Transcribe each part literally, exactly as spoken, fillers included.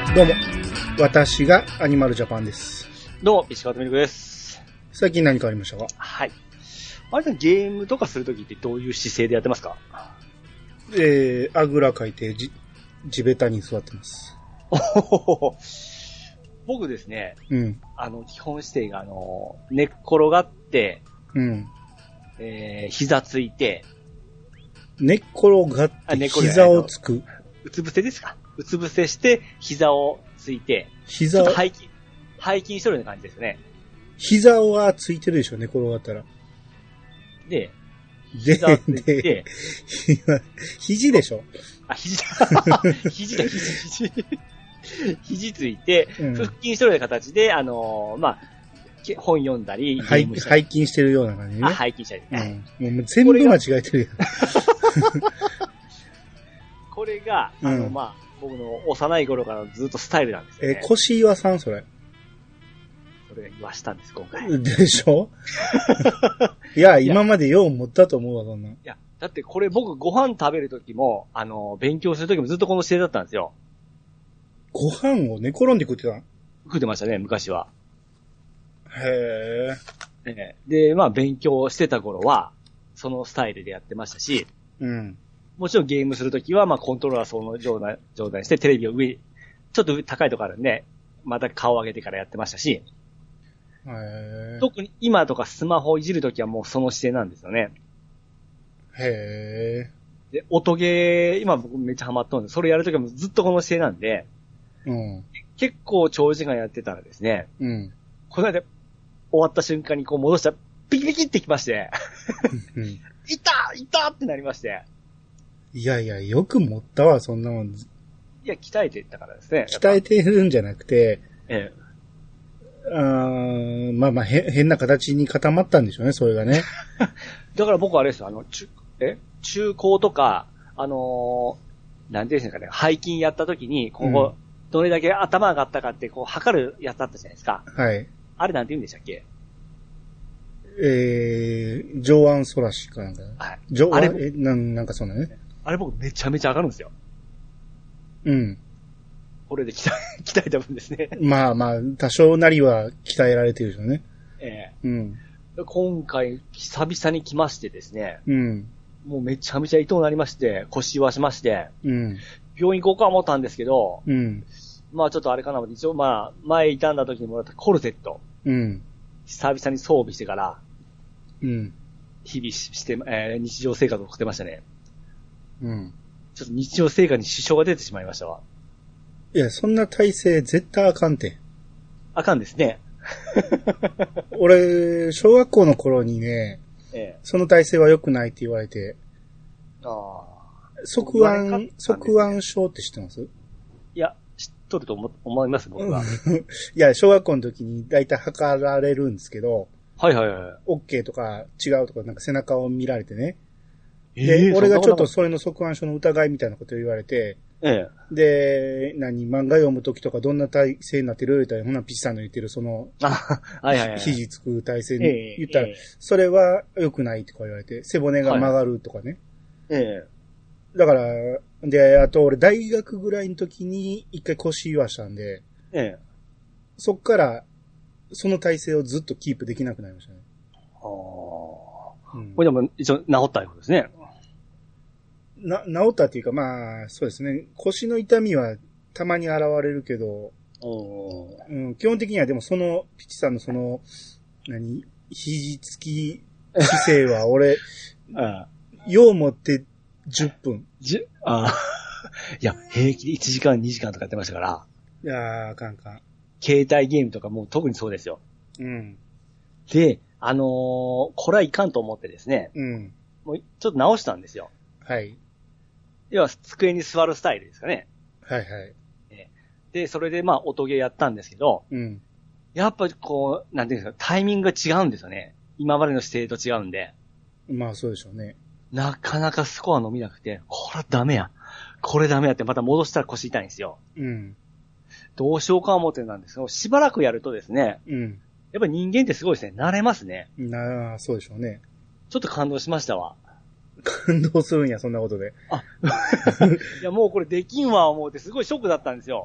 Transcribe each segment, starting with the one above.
どうも、私がアニマルジャパンです。 どうも、石川とみるくです。 最近何かありましたか？ はい。あれさん、ゲームとかするときってどういう姿勢でやってますか？ えー、あぐらかいてじ、地べたに座ってます。 おほほほ僕ですね、 うん。 あの、基本姿勢が、あの、寝っ転がって、 うん。 えー、膝ついて、 寝っ転がって膝をつく。 うつ伏せですか？うつ伏せして、膝をついて、 膝ちょっと背筋、背筋しとるような感じですね。 膝はついてるでしょ、寝転がったら。 で、 膝ついて、で肘でしょ？ あ、肘だ。肘だ、肘、肘。肘ついて、 うん、 腹筋しとるような形で、あのー、まあ、本読んだり、 背背筋してるような感じね。 あ、背筋したり、ね。 うん。もう全部間違えてるよ。 これが、あの、うん、まあ、僕の幼い頃からずっとスタイルなんですよね。 え、腰岩さんそれ。 それ言わしたんです、今回。 でしょ？いや、今までよう持ったと思うわ、そんな。いや、だってこれ僕ご飯食べるときも、あの、勉強するときもずっとこの姿勢だったんですよ。 ご飯を寝転んで食ってた？ 食ってましたね、昔は。 へー。えー、で、まあ、勉強してた頃は、そのスタイルでやってましたし、 うん。 もちろんゲームするときは、まあ、コントローラーその状態、状態にして、テレビを上、ちょっと高いとこあるんで、また顔を上げてからやってましたし、 へー。 特に今とかスマホをいじるときはもうその姿勢なんですよね。 へー。で、音ゲー、今僕めっちゃハマっとるんで、それやるときはもうずっとこの姿勢なんで、 うん。結構長時間やってたらですね、 うん。 この間、終わった瞬間にこう戻したら、ピキピキってきまして、うん、いたいたってなりまして。 いやいや、よく持ったわ、そんなもん。いや、鍛えてたからですね。 鍛えてるんじゃなくて、 ええ。 あーまあまあ、へ、変な形に固まったんでしょうね、それがね。 だから僕はあれですよ、あの、中、え中高とか、あのー、なんていうんですかね、背筋やった時に、ここ、うん、どれだけ頭上がったかって、こう、測るやつだったじゃないですか。 はい。 あれなんて言うんでしたっけ？ えー、上腕反らしかなんか。 はい。 上腕、え、なん、なんかそんなね。 あれ僕めちゃめちゃ上がるんですよ。 うん。 これで鍛え、鍛えた分ですね。 まあまあ、多少なりは鍛えられてるでしょうね。 ええうん。 今回、久々に来ましてですね。 うん。 もうめちゃめちゃ痛くなりまして、腰はしまして、 うん。 病院行こうか思ったんですけど、 うん。 まあちょっとあれかな、一応まあ、前傷んだ時にもらったコルセット。 うん。 久々に装備してから、 うん。 日々して、えー、日常生活を送ってましたね。 うん。 ちょっと日常生活に支障が出てしまいましたわ。 いや、そんな体勢絶対あかんて。 あかんですね。 俺、小学校の頃にね、ええ、その体勢は良くないって言われて、ああ。側腕、側腕症って知ってます？ いや、知っとると思、思います、僕は。 いや、小学校の時に大体測られるんですけど、 はいはいはい。 OK とか違うとかなんか背中を見られてね。えー、で、俺がちょっとそれの側腕症の疑いみたいなことを言われて、ええ。で、何、漫画読むときとかどんな体勢になってる言ったら、ほな、ピッチさんの言ってるその、あ、はいはいはい。肘つく体勢に言ったら、ええ、それは良くないとか言われて、背骨が曲がるとかね。はい、ええ。だから、で、あと俺大学ぐらいの時に一回腰言わしたんで、ええ。そっから、その体勢をずっとキープできなくなりましたね。 ああ。うん、これでも一応治ったようですね。 な、治ったっていうか、まあ、そうですね。腰の痛みはたまに現れるけど、うん、基本的にはでもその、ピチさんのその、何、肘つき姿勢は俺、ああよう持ってじゅっぷん。 じゅ、ああ。いや、平気でいちじかんにじかんとかやってましたから。 いやー、あかんかん。 携帯ゲームとかもう特にそうですよ。うん。で、あのー、これはいかんと思ってですね。うん。もうちょっと直したんですよ。はい。要は、机に座るスタイルですかね。はいはい。で、それでまあ、音ゲーやったんですけど、うん。やっぱこう、なんていうんですか、タイミングが違うんですよね。今までの姿勢と違うんで。 まあ、そうでしょうね。 なかなかスコア伸びなくて、これダメや。これダメやってまた戻したら腰痛いんですよ。うん。どうしようか思ってなんですけど、しばらくやるとですね、うん。やっぱり人間ってすごいですね。慣れますね。 なあ、そうでしょうね。 ちょっと感動しましたわ。 感動するんや、そんなことで。あ、 いや、もうこれできんわ、思うてすごいショックだったんですよ。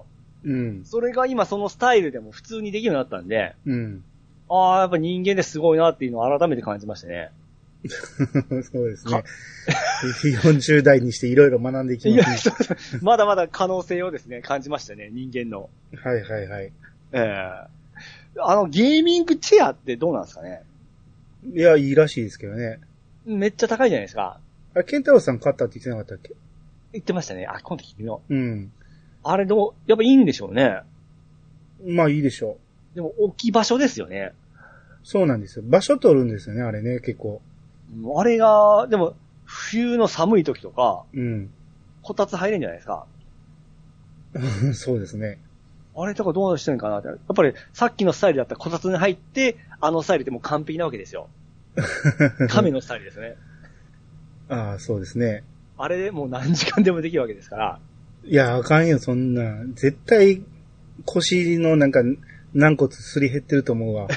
うん。それが今そのスタイルでも普通にできるようになったんで、うん。ああ、やっぱ人間ですごいなっていうのを改めて感じましたね。 そうですね。よんじゅう代にしていろいろ学んでいきますね。 いや、まだまだ可能性をですね、感じましたね、人間の。 はいはいはい。 ええー、あの、ゲーミングチェアってどうなんですかね？ いや、いいらしいですけどね。 めっちゃ高いじゃないですか。 あ、ケンタロウさん買ったって言ってなかったっけ？ 言ってましたね。あ、今度聞いてみよう。うん。あれどう、やっぱいいんでしょうね。 まあいいでしょう。でも置き場所ですよね。 そうなんですよ。場所取るんですよね、あれね、結構。 あれが、でも、冬の寒い時とか、うん。こたつ入れんじゃないですか。 そうですね。 あれとかどうしてるんかなって。やっぱりさっきのスタイルだったらこたつに入って、あのスタイルでもう完璧なわけですよ。亀のスタイルですね。 ああ、そうですね。 あれでもう何時間でもできるわけですから。 いや、あかんよ、そんな。絶対、腰のなんか、軟骨すり減ってると思うわ。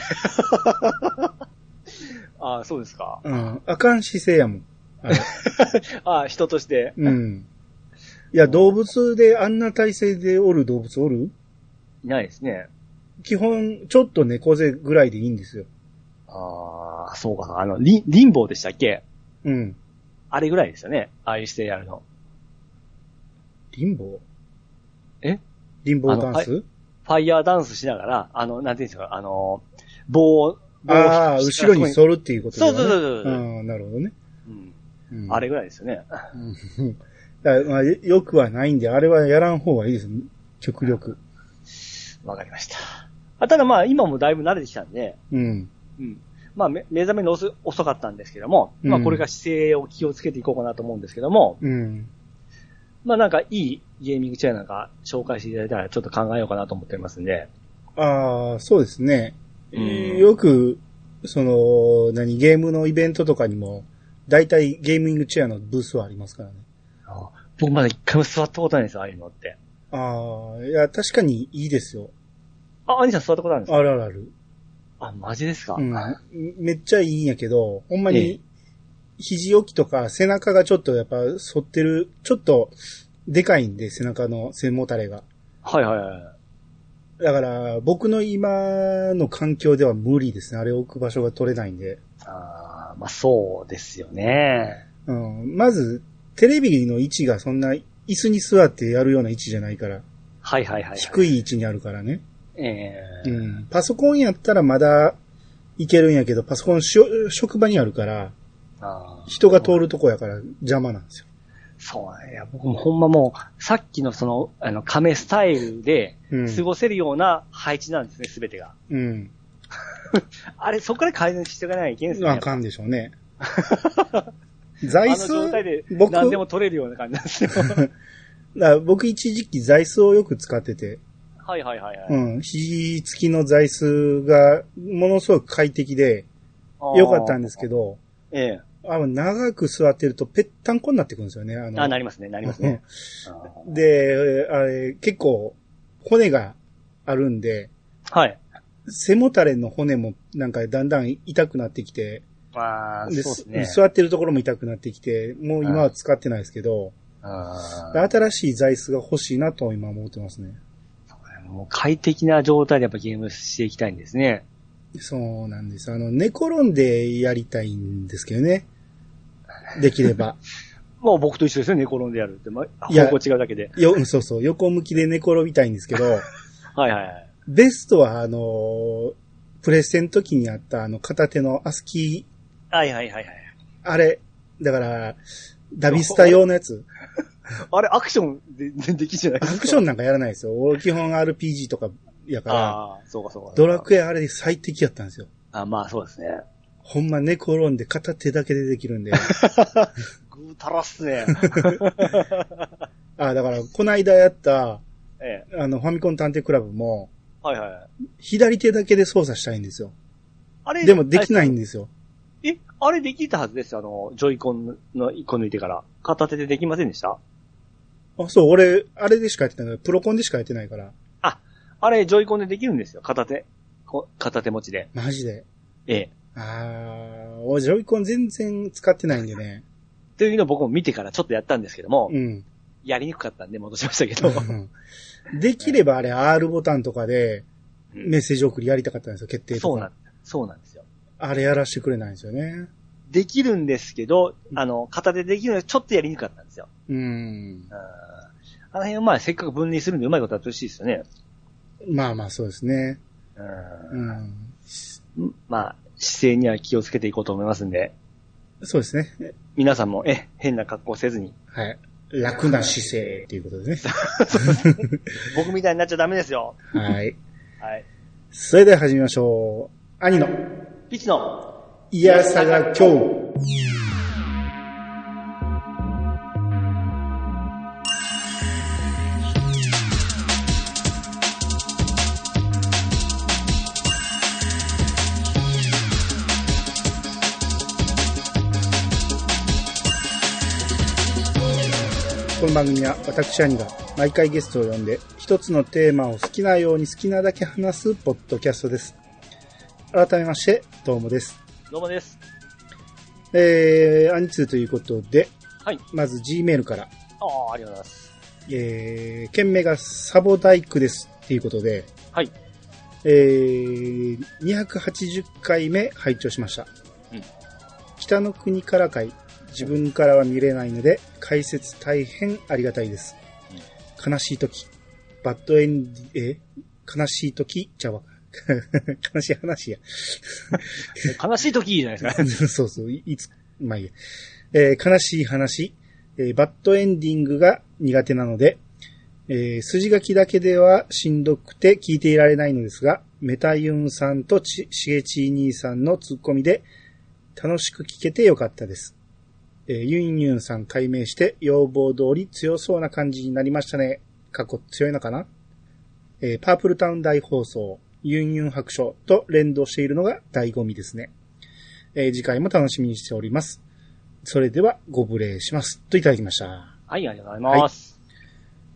ああ、そうですか。 うん。あかん姿勢やもん。 あ, ああ、人として。 うん。いや、動物であんな体勢でおる動物おる？ いないですね。 基本、ちょっと猫背ぐらいでいいんですよ。 ああ、そうかな。あの、リ、リンボーでしたっけ？ うん。 あれぐらいですよね。ああいう姿勢やるの。 リンボー？ え？ リンボーダンス？ ファイヤーダンスしながら、あの、なんていうんですか、あの、棒を、 ああ、後ろに反るっていうことだよね。そうそうそうそう。 ああ、なるほどね。 うん。あれぐらいですよね。 うん、だまあ、よくはないんで、あれはやらん方がいいです。極力。 わかりました。あただまあ、今もだいぶ慣れてきたんで、うん。うん。まあ、目覚めの遅遅かったんですけども、うん、まあ、これが姿勢を気をつけていこうかなと思うんですけども、うん。まあ、なんか、いいゲーミングチェアなんか紹介していただいたらちょっと考えようかなと思ってますんで。 ああ、そうですね。うん、よく、その、何、ゲームのイベントとかにも、だいたいゲーミングチェアのブースはありますからね。 ああ、僕まだ一回も座ったことないんですよ、ああいうのって。 ああ、いや、確かにいいですよ。 あ、兄さん座ったことあるんですか？ あるあるある。 あ、マジですか？ うん。めっちゃいいんやけど、ほんまに、肘置きとか背中がちょっとやっぱ反ってる、ちょっとでかいんで、背中の背もたれが。 はいはいはい。 だから、僕の今の環境では無理ですね。あれ置く場所が取れないんで。 ああ、まあそうですよね。 うん。まず、テレビの位置がそんな椅子に座ってやるような位置じゃないから。 はいはいはい、はい。 低い位置にあるからね。 ええー。うん。パソコンやったらまだいけるんやけど、パソコンしょ職場にあるから、あ人が通るとこやから邪魔なんですよ。 そうね。いや、僕もほんまもう、さっきのその、あの、亀スタイルで、過ごせるような配置なんですね、すべてが。うん。あれ、そこから改善していかないといけないですね。 あかんでしょうね。座椅子、 あの状態で何でも取れるような感じなんですよ。だから僕一時期座椅子をよく使ってて。 はいはいはい、はい。 うん。肘付きの座椅子がものすごく快適で、よかったんですけど、ええ。あ長く座ってるとぺったんこになってくるんですよね。 あのあ、なりますね、なりますね。 で、あれ、結構、骨があるんで、はい。背もたれの骨もなんかだんだん痛くなってきて、あでそうですね。座ってるところも痛くなってきて、もう今は使ってないですけど、あ新しい座椅子が欲しいなと今思ってますね。 もう快適な状態でやっぱゲームしていきたいんですね。 そうなんです。あの、寝転んでやりたいんですけどね。できれば。 まあ僕と一緒ですね、寝転んでやるって。まあ、方向違うだけで。 よ、そうそう、横向きで寝転びたいんですけど。はいはいはい。 ベストは、あの、プレステの時にあったあの片手のアスキー。はいはいはいはい。 あれ、だから、ダビスタ用のやつ。 あれ、アクションで、できじゃないですか。 アクションなんかやらないですよ。俺基本 アールピージー とかやから。ああ、そうかそうか。 ドラクエあれで最適やったんですよ。 あまあそうですね。 ほんま寝転んで片手だけでできるんで。ぐーたらっすね。 あだから、こないだやった、ええ、あの、ファミコン探偵クラブも、はいはい。左手だけで操作したいんですよ。あれでもできないんですよ。 え、あれできたはずですよ。あの、ジョイコンの一個抜いてから。片手でできませんでした？ あ、そう、俺、あれでしかやってない。プロコンでしかやってないから。 あ、あれ、ジョイコンでできるんですよ。片手。片手持ちで。 マジで？ ええ。 あー、俺、ジョイコン全然使ってないんでね。 というのを僕も見てからちょっとやったんですけども、うん。やりにくかったんで戻しましたけど。 できればあれ R ボタンとかでメッセージ送りやりたかったんですよ、決定とか。 そうなん、そうなんですよ。あれやらしてくれないんですよね。 できるんですけど、あの、片手できるのはちょっとやりにくかったんですよ。 うん。 あ, あの辺はまあせっかく分離するんでうまいことやってほしいですよね。 まあまあそうですね。 うん。うん、まあ、姿勢には気をつけていこうと思いますんで。 そうですね。 皆さんも、え、変な格好せずに。 はい。楽な姿勢っていうことですね。 僕みたいになっちゃダメですよ。 はい。 はい。 それでは始めましょう。兄のピチのいやさが今日。この番組は私兄が毎回ゲストを呼んで一つのテーマを好きなように好きなだけ話すポッドキャストです。改めましてどうもです。 どうもです。 えー、アニツーということで、 はい。まず G メールから。 ああ、ありがとうございます。 えー、件名がサボ大工ですっていうことで、 はい。 えー、にひゃくはちじゅっかいめ拝聴しました。うん。北の国から会。自分からは見れないので解説大変ありがたいです。うん、悲しい時、バッドエンディ、え悲しい時ちゃうわ。悲しい話や。 悲しい時いいじゃないですか。 そうそう、いつ、まあいいや。えー、悲しい話、えー、バッドエンディングが苦手なので、えー、筋書きだけではしんどくて聞いていられないのですが、メタユンさんとしげちー兄さんのツッコミで楽しく聞けてよかったです。えー、ユンユンさん解明して要望通り強そうな感じになりましたね。過去強いのかな、えー、パープルタウン大放送、ユンユン白書と連動しているのが醍醐味ですね。えー、次回も楽しみにしております。それではご無礼します。といただきました。 はい、ありがとうございます。 はい、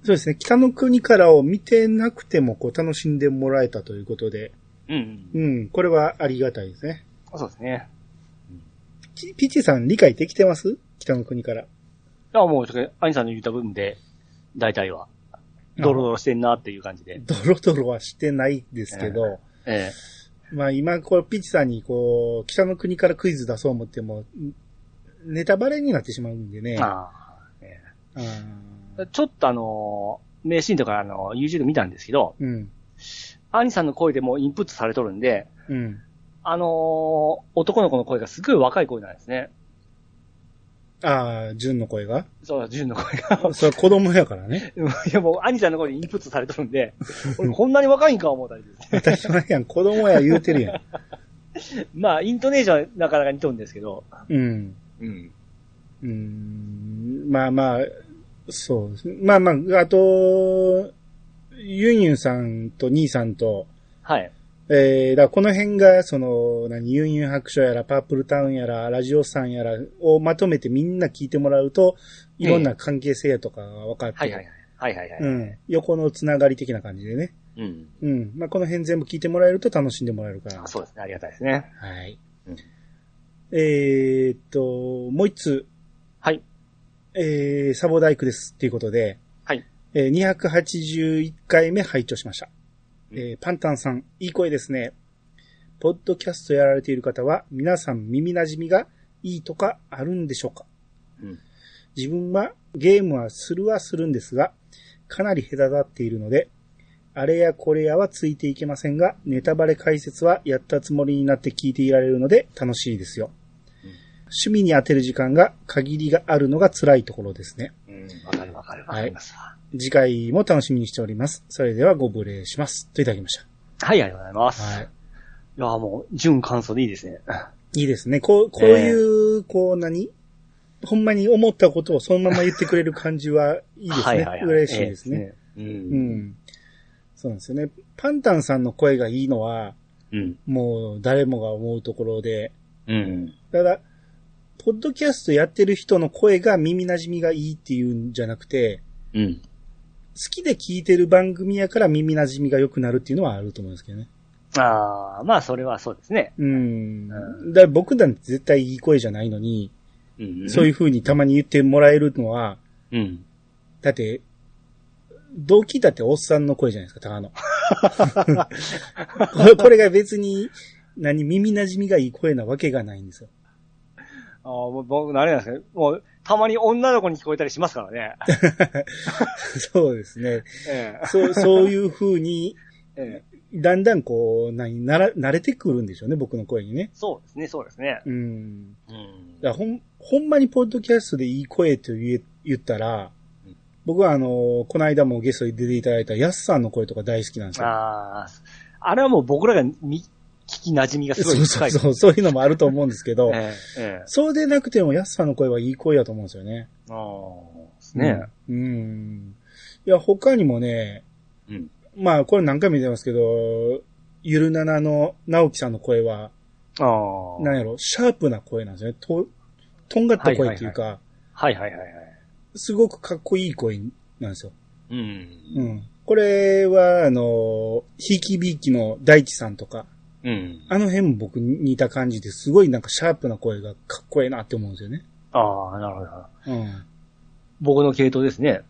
そうですね。北の国からを見てなくてもこう楽しんでもらえたということで。 うん、うん。 うん、これはありがたいですね。 そうですね。 ピチさん理解できてます？北の国から。 あ、もう、アニさんの言った分で、大体は、ドロドロしてんなっていう感じで。 ドロドロはしてないですけど、 えええ、まあ今、こう、ピチさんにこう、北の国からクイズ出そう思っても、ネタバレになってしまうんでね。 ああ、ええ、あちょっとあの、名シーンとかあの、YouTube 見たんですけど、 うん。 アニさんの声でもインプットされとるんで、 うん。 あのー、男の子の声がすごい若い声なんですね。 ああ、ジュンの声がそう、ジュンの声が。 それは子供やからね。 いやもう、アニさんの声にインプットされとるんで、俺こんなに若いんか思ったりですね。 当たり前やん、子供や言うてるやん。 まあ、イントネーションはなかなか似とるんですけど。 うん。 うん。 うん。まあまあ、そうです。まあまあ、あと、ユンユンさんと兄さんと、 はい。 えー、だからこの辺が、その、何、ユンユン白書やら、パープルタウンやら、ラジオさんやらをまとめてみんな聞いてもらうと、いろんな関係性とかが分かって、 はいはいはい。はいはいはい。 うん。横のつながり的な感じでね。 うん。 うん。まあ、この辺全部聞いてもらえると楽しんでもらえるから。 あ、そうですね。ありがたいですね。 はい。 うん、 えーっと、もう一つ。 はい。 えー、サボ大工ですっていうことで、 はい。 えー、にひゃくはちじゅういっかいめ拝聴しました。えー、パンタンさん、いい声ですね。ポッドキャストやられている方は、皆さん耳馴染みがいいとかあるんでしょうか？うん、自分はゲームはするはするんですが、かなり隔たっているので、あれやこれやはついていけませんが、ネタバレ解説はやったつもりになって聞いていられるので楽しいですよ。うん、趣味に当てる時間が限りがあるのが辛いところですね。 うん、わかるわかるわかりますわ。 次回も楽しみにしております。それではご無礼します。といただきました。 はい、ありがとうございます。 はい。 いや、もう、純感想でいいですね。 いいですね。こう、こういう、えー、こう何ほんまに思ったことをそのまま言ってくれる感じはいいですね。はいはいはい、嬉しいですね。えー、ね、うん。うん。そうなんですよね。パンタンさんの声がいいのは、うん、もう誰もが思うところで、 うん。 ただ、ポッドキャストやってる人の声が耳馴染みがいいっていうんじゃなくて、 うん。 好きで聞いてる番組やから耳馴染みが良くなるっていうのはあると思うんですけどね。 ああ、まあそれはそうですね。 うん。うん、だから僕なんて絶対いい声じゃないのに、うんうん、そういう風にたまに言ってもらえるのは、 うん。 だって、 どう聞いたっておっさんの声じゃないですか、ただの。これ、これが別に、何、耳馴染みがいい声なわけがないんですよ。 ああ、もう僕、あれなんですかもう、たまに女の子に聞こえたりしますからね。 そうですね。ええ、そう、そういう風に、ええ、だんだんこう、何、なら、慣れてくるんでしょうね、僕の声にね。 そうですね、そうですね。うん。うん。 だほん、ほんまにポッドキャストでいい声と言え、言ったら、うん、僕はあの、この間もゲストに出ていただいたヤスさんの声とか大好きなんですよ。ああ。あれはもう僕らがみ、聞き馴染みがすごい深い。そうそうそう、そういうのもあると思うんですけど、ええええ、そうでなくてもヤスさんの声はいい声だと思うんですよね。ああ、ですね。うん。うん。いや、他にもね、うん、まあ、これ何回も言ってますけど、ゆるななの直樹さんの声は、ああ。なんやろ、シャープな声なんですよね。と、とんがった声っていうか、はいはいはい。はいはいはいはい。すごくかっこいい声なんですよ。うん。うん。これは、あの、ひいきびいきの大地さんとか、うん。あの辺も僕に似た感じですごいなんかシャープな声がかっこいいなって思うんですよね。 ああ、なるほど。うん。僕の系統ですね。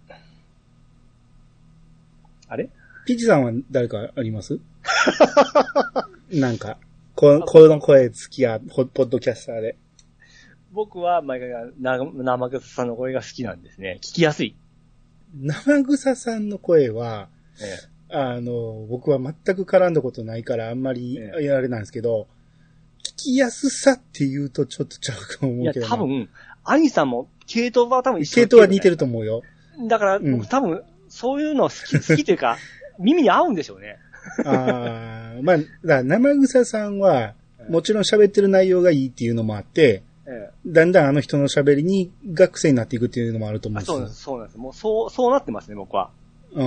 あれピチさんは誰かありますなんか、こ, この声好きや、ポッドキャスターで。 僕は毎回生草さんの声が好きなんですね。聞きやすい。 生草さんの声は、ええ、あの、僕は全く絡んだことないからあんまりあれなんですけど、ええ、聞きやすさって言うとちょっとちゃうかも思うけど。いや、 多分、兄さんも系統は多分一緒、ね、系統は似てると思うよ。 だから、僕、うん、多分、そういうの好き、好きというか、耳に合うんでしょうね。 ああ、まあ、だ生草さんは、もちろん喋ってる内容がいいっていうのもあって、ええ、だんだんあの人の喋りにが癖になっていくっていうのもあると思うんですよ。 そうなんです、そうなんです。もう、そう、そうなってますね、僕は。うん。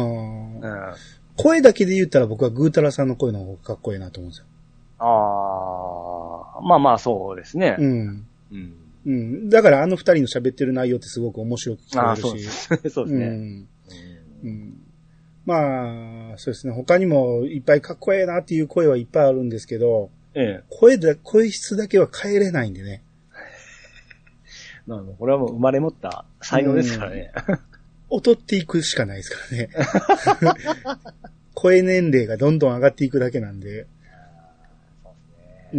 声だけで言ったら僕はグータラさんの声の方がかっこいいなと思うんですよ。 ああ、まあまあそうですね。うん。 うん。うん。だからあの二人の喋ってる内容ってすごく面白く聞こえるし。あそうです。そうですね。うん。うん。まあ、そうですね。他にもいっぱいかっこええなっていう声はいっぱいあるんですけど、ええ、声だ、声質だけは変えれないんでね。 なるほど。これはもう生まれ持った才能ですからね。 劣っていくしかないですからね。声年齢がどんどん上がっていくだけなんで。そうですね。うん。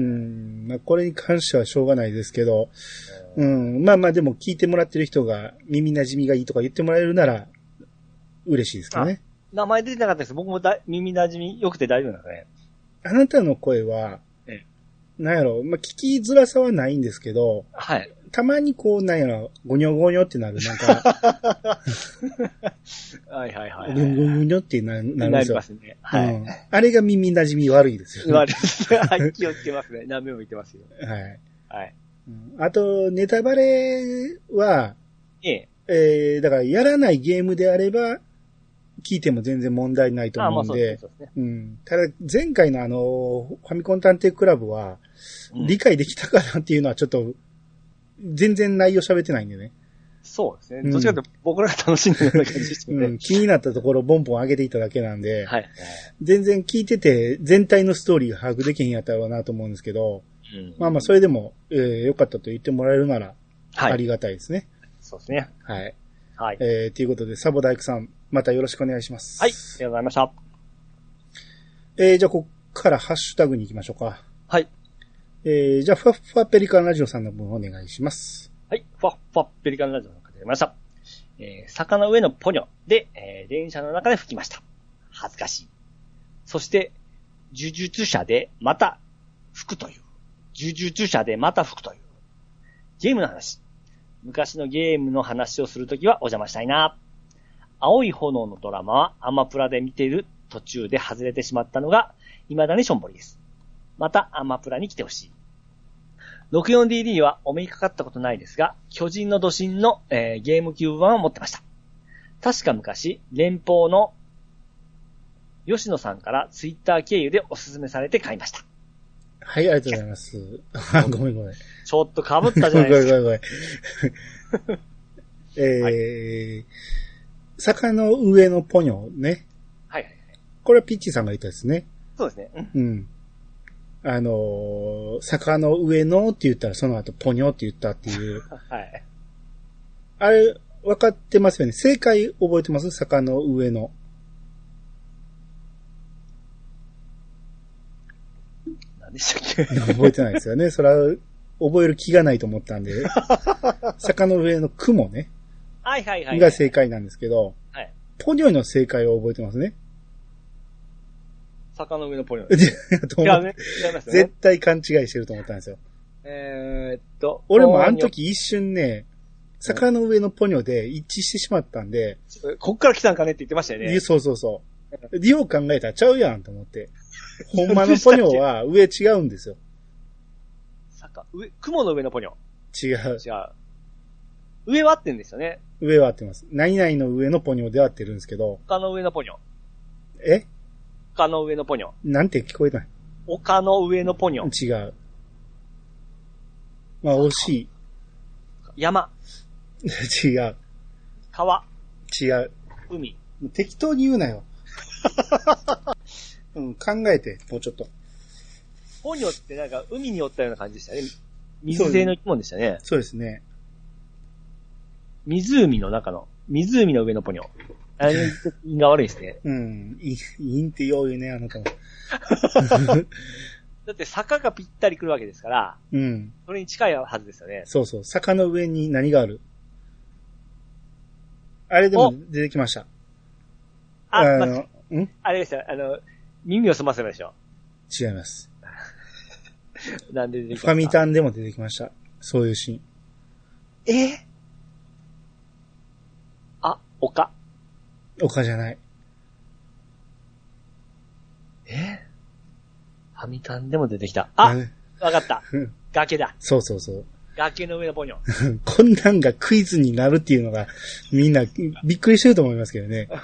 まあ、これに関してはしょうがないですけど、うん。まあまあでも聞いてもらってる人が耳馴染みがいいとか言ってもらえるなら嬉しいですかね。 名前出てなかったです。僕もだ耳馴染み良くて大丈夫なんですね。 あなたの声は、ええ、なんやろ、まあ、聞きづらさはないんですけど、はい。たまにこう、なんやろ、ゴニョゴニョってなる、なんか。はいはいはい。ゴニョゴニョってなるんですよ。なりますね。はい、うん。あれが耳馴染み悪いですよね。悪いです。 はい、気をつけますね。何べも言ってますよ。はい。 はい。うん、あと、ネタバレは、ええ。えー、だからやらないゲームであれば、聞いても全然問題ないと思うんで。あ、まあそうですね。うん。ただ、前回のあの、ファミコン探偵クラブは、理解できたかなっていうのはちょっと、全然内容喋ってないんでね。 そうですね。うん、どっちかというと僕らが楽しんでるような感じですよね。うん。 気になったところボンボン上げていただけなんで、はい。全然聞いてて、全体のストーリーが把握できへんやったらなと思うんですけど、うん、まあまあ、それでも、えー、よかったと言ってもらえるなら、はい。ありがたいですね。 そうですね。 はい。はい。えー、ということで、サボ大工さん、またよろしくお願いします。 はい。ありがとうございました。 えー、じゃあ、こっからハッシュタグに行きましょうか。はい。えー、じゃあ、ふわふわペリカンラジオさんの分お願いします。 はい。ふわふわペリカンラジオの方が出ました。えー、坂の上のポニョで、えー、電車の中で吹きました。恥ずかしい。そして、呪術者でまた吹くという。呪術者でまた吹くという。ゲームの話。昔のゲームの話をするときはお邪魔したいな。青い炎のドラマはアマプラで見ている途中で外れてしまったのが未だにしょんぼりです。またアマプラに来てほしい。ろくじゅうよんディーディー はお目にかかったことないですが、巨人の土神の、えー、ゲームキューブ版を持ってました。確か昔、連邦の吉野さんからツイッター経由でおすすめされて買いました。 はい、ありがとうございます。ごめんごめん。 ちょっと被ったじゃないですか。ごめんごめんごめん。 えー、はい、坂の上のポニョね。はいはいはい。これはピッチさんが言ったですね。 そうですね。 うん。うん、あのー、坂の上のって言ったらその後ポニョって言ったっていう。はい。あれ、分かってますよね。正解覚えてます？坂の上の。 でしたっけ？ 覚えてないですよね。それは、覚える気がないと思ったんで。坂の上の雲ね。 はいはいはい、はい。 が正解なんですけど、 はい。 ポニョの正解を覚えてますね。 坂の上のポニョ。 いやね、違いますね。絶対勘違いしてると思ったんですよ。 えー、っと。 俺もあの時一瞬ね、坂の上のポニョで一致してしまったんで。 こっから来たんかねって言ってましたよね。 そうそうそう。よう考えたらちゃうやんと思って。ほんまのポニョは上違うんですよ。 坂、上、雲の上のポニョ。 違う。 違う。上は合ってんですよね。 上は合ってます。何々の上のポニョで合ってるんですけど。 丘の上のポニョ。 え丘の上のポニョ。 なんて聞こえない？ 丘の上のポニョ。 違う。まあ惜しい。 山。 違う。 川。 違う。 海。 適当に言うなよ。うん、考えて、もうちょっと。 ポニョってなんか海に寄ったような感じでしたね。水性の生き物でしたね。 そうですね。 湖の中の、湖の上のポニョ。あれ、因が悪いですね。 うん。いい、いんって言うよね、あなたも。 だって坂がぴったり来るわけですから、 うん。 それに近いはずですよね。 そうそう。坂の上に何がある？あれでも出てきました。 あ、あの、まあ、んあれですよ、あの、耳を澄ませばでしょ。 違います。 なんで出てきました？ ファミタンでも出てきました。そういうシーン。 えー、あ、丘。 丘じゃない。 えファミタンでも出てきた。あ、わかった。崖だ。 そうそうそう。 崖の上のポニョ。 こんなんがクイズになるっていうのが、みんなびっくりしてると思いますけどね。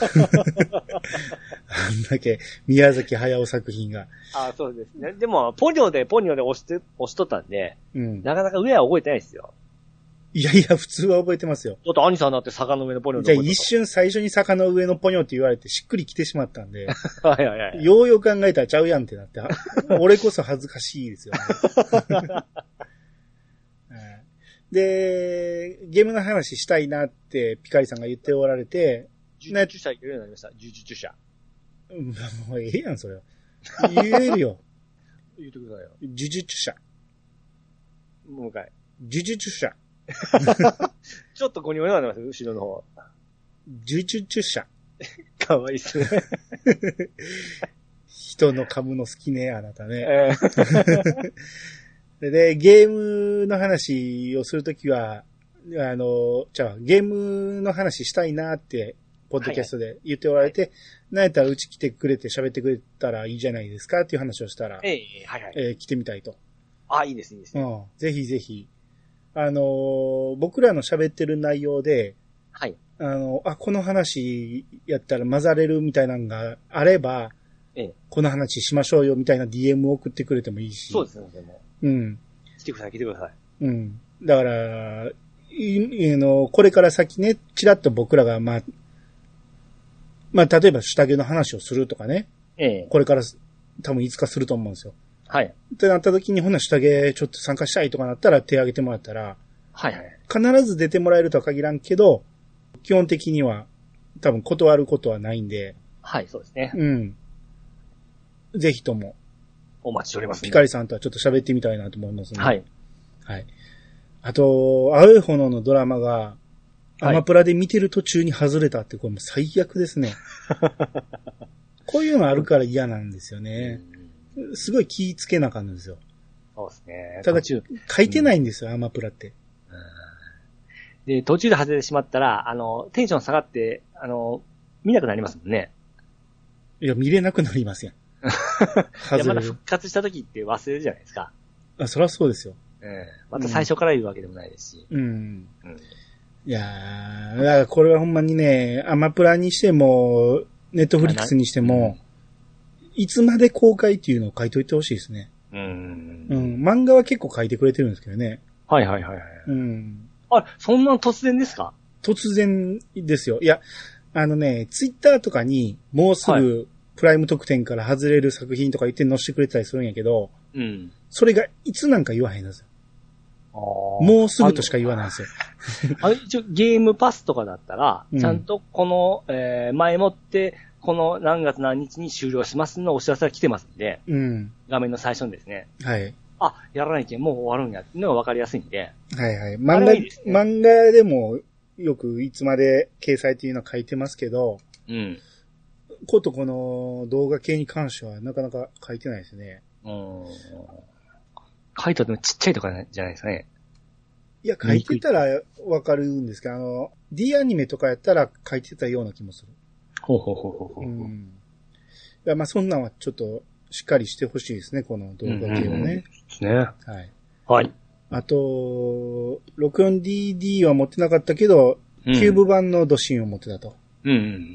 あんだけ宮崎駿作品が。 あ、そうですね。でも、ポニョでポニョで押して、押しとったんで、うん、なかなか上は覚えてないですよ。 いやいや、普通は覚えてますよ。 だって兄さんだって坂の上のポニョじゃあ一瞬最初に坂の上のポニョって言われてしっくり来てしまったんで。 はいはいはい。 ようよう考えたらちゃうやんってなって、俺こそ恥ずかしいですよね。で、ゲームの話したいなってピカリさんが言っておられて。 呪術者言えるようになりました。呪術者。 もうええやん、それは。言えるよ。 言ってくださいよ。 呪術者。 もう一回。 呪術者。 ちょっとゴニョゴニョになります、後ろの方。 呪術者。 かわいいっすね。 人の噛むの好きね、あなたね。えーで、ゲームの話をするときは、あの、じゃあ、ゲームの話したいなって、ポッドキャストで言っておられて、はいはい、なんやったらうち来てくれて喋ってくれたらいいじゃないですかっていう話をしたら、 ええ、はいはい。 えー、来てみたいと。 あ、いいです、いいです、ね。 うん。ぜひぜひ。あの、僕らの喋ってる内容で、 はい。 あの、あ、この話やったら混ざれるみたいなのがあれば、ええ、この話しましょうよみたいな ディーエム を送ってくれてもいいし。 そうですね、でも。 うん。 来てください、来てください。 うん。だから、い、の、これから先ね、ちらっと僕らが、まあ、まあ、例えば下着の話をするとかね。ええ。これから多分いつかすると思うんですよ。はい。ってなった時に、ほんな下着ちょっと参加したいとかなったら手挙げてもらったら、はいはい。必ず出てもらえるとは限らんけど、基本的には多分断ることはないんで。 はい、そうですね。 うん。ぜひとも。 お待ちしております、 ね。ピカリさんとはちょっと喋ってみたいなと思いますね。はい。はい。あと、青い炎のドラマが、アマプラで見てる途中に外れたって、これも最悪ですね。こういうのあるから嫌なんですよね。すごい気ぃつけなあかんんですよ。 そうですね。 ただ、書いてないんですよ、うん、アマプラって。 で、途中で外れてしまったら、あの、テンション下がって、あの、見なくなりますもんね。 いや、見れなくなりますやん。 いや、まだ復活した時って忘れるじゃないですか。 あ、そりゃそうですよ。 ええー、また最初から言うわけでもないですし。うん。うん、 いやー、だからこれはほんまにね、アマプラにしても、ネットフリックスにしても、うん、いつまで公開っていうのを書いといてほしいですね。うん。うん。漫画は結構書いてくれてるんですけどね。 はいはいはいはい。うん。あ、そんな突然ですか？ 突然ですよ。いや、あのね、ツイッターとかにもうすぐプライム特典から外れる作品とか言って載せてくれたりするんやけど、うん。それがいつなんか言わへんんですよ。あもうすぐとしか言わないんですよ。 あ一応ゲームパスとかだったら、うん、ちゃんとこの、えー、前もってこの何月何日に終了しますのお知らせが来てますんで、うん、画面の最初にですね。はい。あ、やらないけん、もう終わるんやっていうのが分かりやすいんで。 はいはい。漫画、いいですね、漫画でもよくいつまで掲載っていうのは書いてますけど、うん。ことこの動画系に関してはなかなか書いてないですね。うん。 書いてあってもちっちゃいとかじゃないですかね。 いや、書いてたらわかるんですけど、あの、D アニメとかやったら書いてたような気もする。ほうほうほうほうほう。うん。いや、まあそんなんはちょっとしっかりしてほしいですね、この動画系をね。ですね。はい。はい。あと、ろくじゅうよんディーディー は持ってなかったけど、うん、キューブ版のドシンを持ってたと。うん。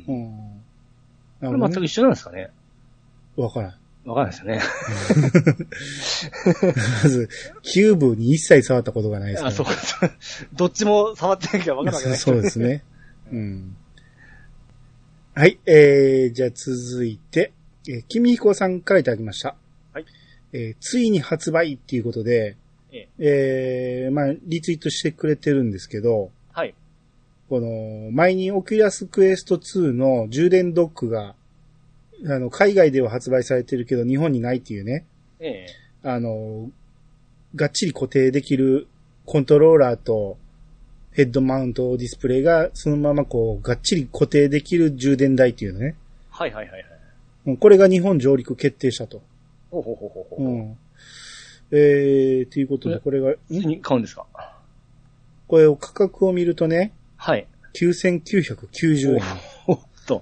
うん。 これ全く一緒なんですかね？ わからん。 わからないですよね。まず、キューブに一切触ったことがないですから。あ、 そうか。どっちも触ってなきゃわからない。 そうですね。うん。はい、えー、じゃあ続いて、えー、君彦さんからいただきました。はい。えー、ついに発売っていうことで、えええー、まあ、リツイートしてくれてるんですけど、はい。この、前にオキュラスクエストツーの充電ドックが、あの、海外では発売されてるけど、日本にないっていうね。ええ。あの、がっちり固定できるコントローラーとヘッドマウントディスプレイがそのままこう、がっちり固定できる充電台っていうのね。はいはいはいはい。これが日本上陸決定したと。ほうほうほうほうほう。うん。えー、ということで、これが、 んに買うんですか？ これを価格を見るとね。はい。きゅうせんきゅうひゃくきゅうじゅうえん。おっと。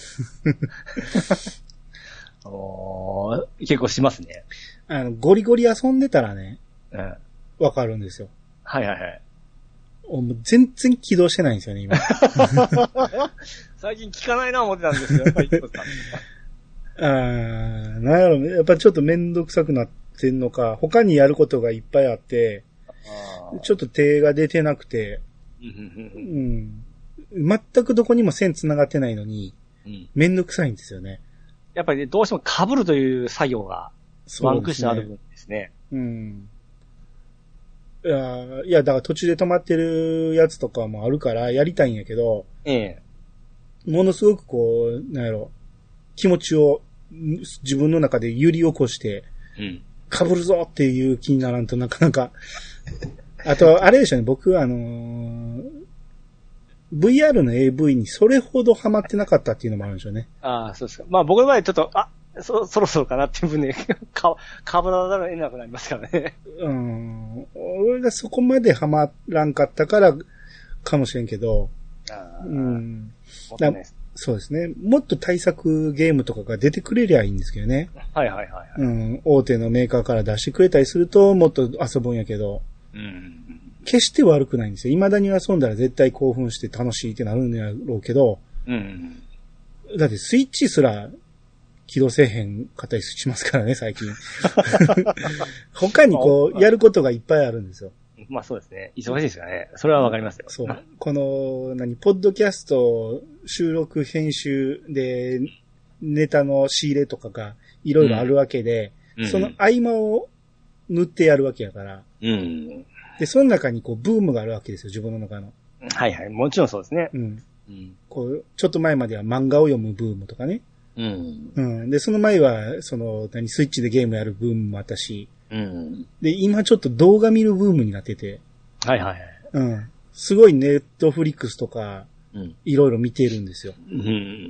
おー、結構しますね。 あの、ゴリゴリ遊んでたらね。うん。わかるんですよ。 はいはいはい。 もう全然起動してないんですよね、今。 最近聞かないな思ってたんですよ。 あー、なんやろ、やっぱちょっとめんどくさくなってんのか、他にやることがいっぱいあって、ちょっと手が出てなくて、うん、全くどこにも線繋がってないのに、うん、めんどくさいんですよね。 やっぱり、ね、どうしても被るという作業が、ワンクッションある分ですね。うん。 いや、いや、だから途中で止まってるやつとかもあるからやりたいんやけど、ええ。ものすごくこう、なんやろ、気持ちを自分の中で揺り起こして、うん。被るぞっていう気にならんとなかなか。あと、あれでしょうね、僕あのー、ブイアール の エーブイ にそれほどハマってなかったっていうのもあるんでしょうね。 ああ、そうですか。まあ僕の場合ちょっと、あ、そ、そろそろかなっていう分で、か、かぶらざるを得なくなりますからね。 うん。俺がそこまでハマらんかったからかもしれんけど。あうん。もっとね、そうですね。もっと対策ゲームとかが出てくれりゃいいんですけどね。はいはいはい、はい。うん。大手のメーカーから出してくれたりするともっと遊ぶんやけど。うん。決して悪くないんですよ。未だに遊んだら絶対興奮して楽しいってなるんやろうけど。うん。だってスイッチすら起動せえへんかったりしますからね、最近。他にこう、やることがいっぱいあるんですよ。 まあそうですね。忙しいですからね。それはわかりますよ。 そう。この、何、ポッドキャスト、収録、編集で、ネタの仕入れとかがいろいろあるわけで、うん、その合間を塗ってやるわけやから。うん。で、その中にこう、ブームがあるわけですよ、自分の中の。 はいはい。もちろんそうですね。うん。 うん、こう、ちょっと前までは漫画を読むブームとかね。うん。うん。で、その前は、その、何、スイッチでゲームやるブームもあったし。うん。で、今ちょっと動画見るブームになってて。はいはいはい。うん。すごいネットフリックスとか、うん。いろいろ見てるんですよ。うん。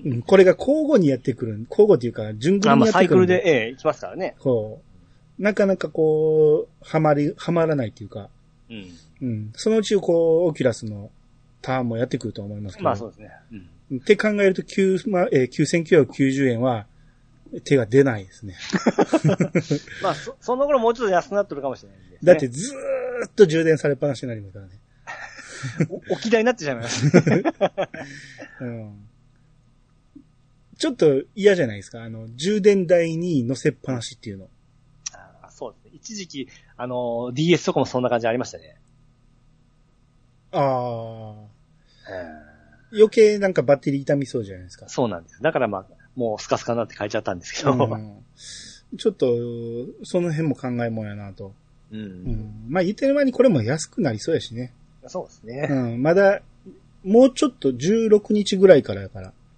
うん、これが交互にやってくる。交互っていうか、順繰りにやってくる。あ、まあサイクルで、ええ、行きますからね。 こう。なかなかこう、はまり、はまらないっていうか。うん。うん。そのうち、こう、オキュラスのターンもやってくると思いますけど。 まあそうですね。 うん。って考えると、きゅう、まあ、えー、きゅうせんきゅうひゃくきゅうじゅうえんは、手が出ないですね。 まあ、そ、その頃もうちょっと安くなってるかもしれないですね。 だってずーっと充電されっぱなしになりますからね。 置き台になってしまいます、 うん。ちょっと嫌じゃないですか。あの、充電台に乗せっぱなしっていうの。 ああ、そうですね。一時期、あの、ディーエス とかもそんな感じありましたね。ああ。 余計なんかバッテリー傷みそうじゃないですか。 そうなんです。だからまあ、もうスカスカになって変えちゃったんですけど。うん、 ちょっと、その辺も考えもんやなと。うん。うん、まあ言ってる間にこれも安くなりそうやしね。 そうですね。 うん。まだ、もうちょっとじゅうろくにちぐらいからやから。 あ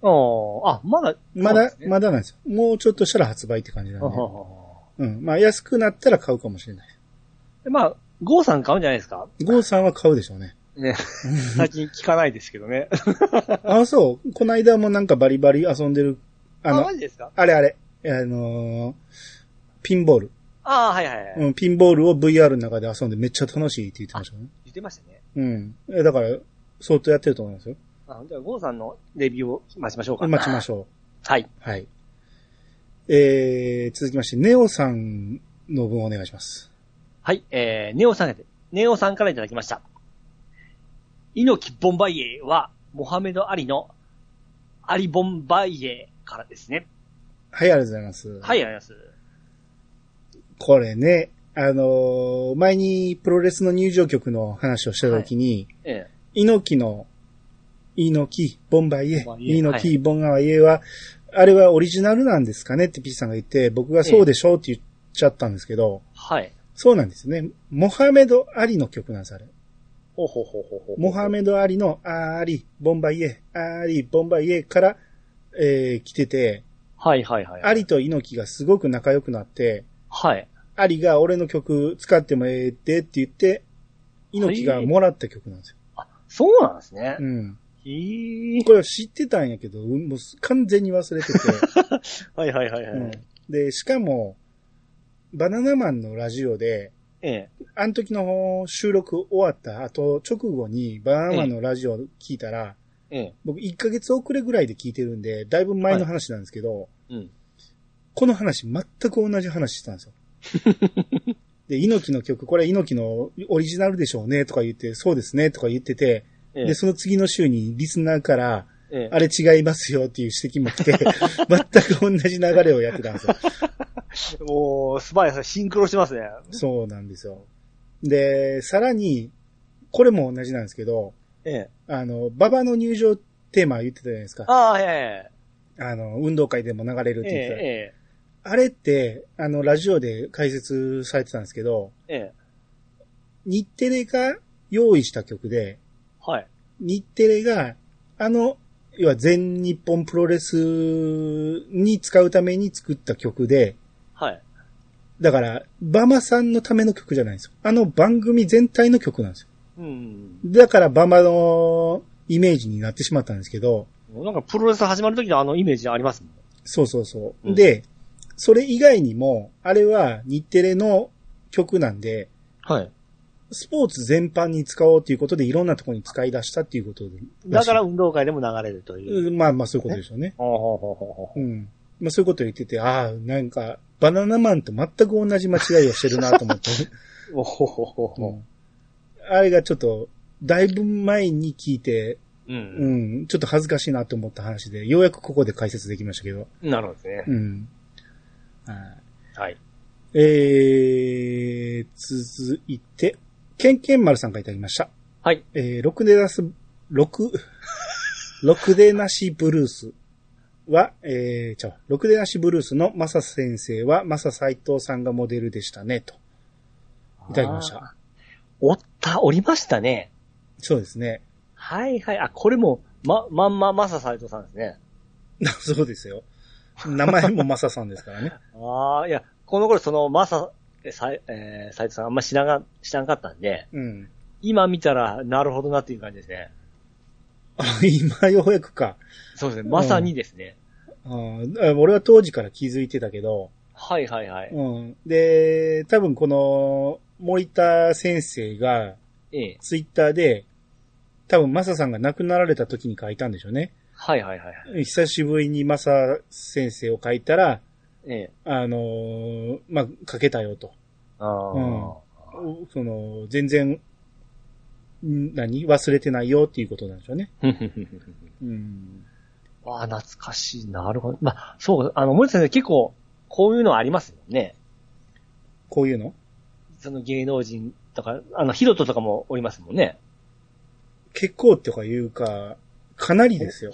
あ、まだ、 まだ、ね、まだなんですよ。もうちょっとしたら発売って感じなんで。うん。まあ、安くなったら買うかもしれない。 まあ、ゴーさん買うんじゃないですか？ ゴーさんは買うでしょうね。 ね。最近聞かないですけどね。 あ、そう。この間もなんかバリバリ遊んでる。 あの、あ、マジですか？ あれあれ。あのー、ピンボール。 ああ、はいはいはい。 うん、ピンボールを ブイアール の中で遊んでめっちゃ楽しいって言ってましたね。 言ってましたね。 うん。だから、相当やってると思いますよ。 あ、じゃあ、ゴーさんのレビューを待ちましょうか。 待ちましょう。 はい。 はい。えー、続きまして、ネオさんの分お願いします。 はい、えー、ネオさんで、ネオさんからいただきました。猪木ボンバイエは、モハメド・アリの、アリ・ボンバイエからですね。 はい、ありがとうございます。 はい、ありがとうございます。 これね、あのー、前にプロレスの入場曲の話をしたときに、はい、ええ、猪木の、猪木、ボンバイエ、猪木、ボンバイエは、あれはオリジナルなんですかねってピッチさんが言って、僕がそうでしょうって言っちゃったんですけど、 はい。 そうなんですね。モハメド・アリの曲なんです、あれ。 ほうほうほうほうほう。 モハメド・アリのアーリ、ボンバイエ、アーリ、ボンバイエから、えー、来てて、 はいはいはい、はい。 アリと猪木がすごく仲良くなって、 はい。 アリが俺の曲使ってもええってって言って、猪木がもらった曲なんですよ。 あ、そうなんですね。 うん。 へー。 これは知ってたんやけど、もう完全に忘れてて。 はいはいはいはい、うん。 で、しかも、バナナマンのラジオで、ええ、あの時の収録終わった後、直後にバナナマンのラジオを聞いたら、ええ、僕いっかげつ遅れぐらいで聞いてるんで、だいぶ前の話なんですけど、はいうん、この話全く同じ話してたんですよ。で、猪木の曲、これ猪木のオリジナルでしょうねとか言って、そうですねとか言ってて、ええ、で、その次の週にリスナーから、ええ、あれ違いますよっていう指摘も来て、全く同じ流れをやってたんですよ。 もう、素早さ、シンクロしてますね。 そうなんですよ。で、さらに、これも同じなんですけど、ええ、あの、馬場の入場テーマ言ってたじゃないですか。 ああ、ええ。あの、運動会でも流れるって言ってた。ええ、あれって、あの、ラジオで解説されてたんですけど、ええ、日テレが用意した曲で、はい。日テレが、あの、要は全日本プロレスに使うために作った曲で、はい。だから、バマさんのための曲じゃないんですよ。あの番組全体の曲なんですよ。うん。だから、バマのイメージになってしまったんですけど。 なんか、プロレス始まる時のあのイメージありますもん。 そうそうそう。うん、で、それ以外にも、あれは日テレの曲なんで、はい。スポーツ全般に使おうということで、いろんなところに使い出したっていうことで。 だから運動会でも流れるという。 まあまあ、そういうことでしょうね。ほうほうほうほう。うん。まあそういうことを言ってて、ああ、なんか、バナナマンと全く同じ間違いをしてるなと思って。おほほほほ、うん。あれがちょっと、だいぶ前に聞いて、うん、うん、ちょっと恥ずかしいなと思った話で、ようやくここで解説できましたけど。 なるほどですね。うん。 はい。はい。えー、続いて、ケンケン丸さんからいただきました。はい。えー、ろくでなし、ろく、ろくでなしブルース。は、えー、ちゃう、ろくでなしブルースのマサ先生はマサ斎藤さんがモデルでしたね、と。いただきました。 おった、おりましたね。 そうですね。 はいはい。あ、これも、ま、まんまマサ斎藤さんですね。 そうですよ。名前もマサさんですからね。 ああ、いや、この頃そのマサ、え、さい、えー、斎藤さんあんま知らが、知らんかったんで、うん。今見たら、なるほどなっていう感じですね。 あ、今ようやくか。 そうですね。まさにですね。 うん、あ俺は当時から気づいてたけど。 はいはいはい。 うん。で、多分この森田先生が、ええ、ツイッターで、多分マサさんが亡くなられた時に書いたんでしょうね。 はいはいはい。 久しぶりにマサ先生を書いたら、ええ、あのー、まあ、書けたよと。あうん。その、全然、何忘れてないよっていうことなんでしょうね。 うん。ああ、懐かしい。なるほど。まあ、そう、あの、森田先生結構、こういうのありますよね。 こういうのその芸能人とか、あの、ヒロトとかもおりますもんね。 結構とかいうか、かなりですよ。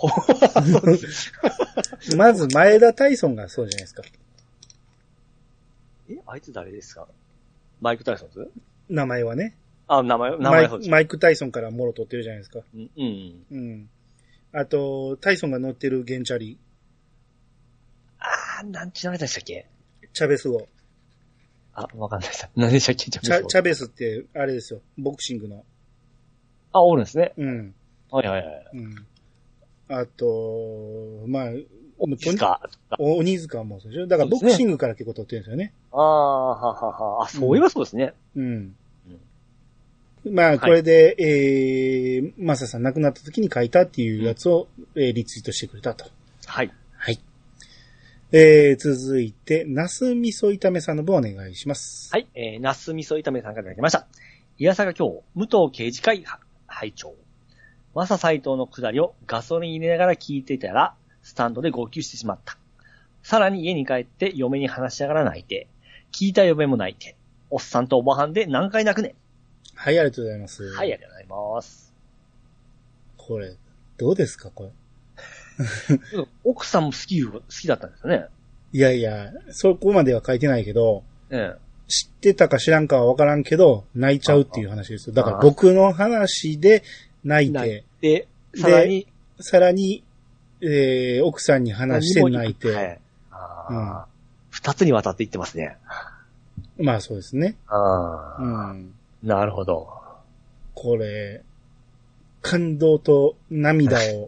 まず、前田大尊がそうじゃないですか。 え、あいつ誰ですか？マイク・タイソンズ？ 名前はね。 あ、名前、名前マイ、マイク・タイソンからもろ取ってるじゃないですか。うん。うん。 あと、タイソンが乗ってるゲンチャリ。 あー、なんちゅう名前でしたっけ？ チャベス号。 あ、わかんないです。何でしたっけ？ チャベス号。チャベスって、あれですよ。ボクシングの。 あ、おるんですね。 うん。 はいはいはい。 うん。あと、まあ、 鬼塚。 鬼塚もそうでしょ。だからボクシングから結構取ってるんですよね。 ああ、ははは。あ、そういえばそうですね。 うん。うん、まあ、これで、はい、えー、マサさん亡くなった時に書いたっていうやつを、うん、えー、リツイートしてくれたと。 はい。 はい。えー、続いて、ナス味噌炒めさんの分お願いします。 はい。えー、ナス味噌炒めさんからいただきました。いやさが今日、武藤刑事会拝聴。マサ斎藤の下りをガソリン入れながら聞いていたら、スタンドで号泣してしまった。さらに家に帰って嫁に話しながら泣いて、聞いた嫁も泣いて、おっさんとおばはんで何回泣くね。 はい、ありがとうございます。 はい、ありがとうございます。 これ、どうですか、これ。 奥さんも好き、好きだったんですよね。 いやいや、そこまでは書いてないけど、 ええ、 知ってたか知らんかはわからんけど、泣いちゃうっていう話ですよ。だから僕の話で泣いて、 で、さらに、 さらに、えー、奥さんに話して泣いて、はい、 あ、二、うん、つにわたって言ってますね。 まあそうですね。 あ、うん、なるほど。 これ、感動と涙を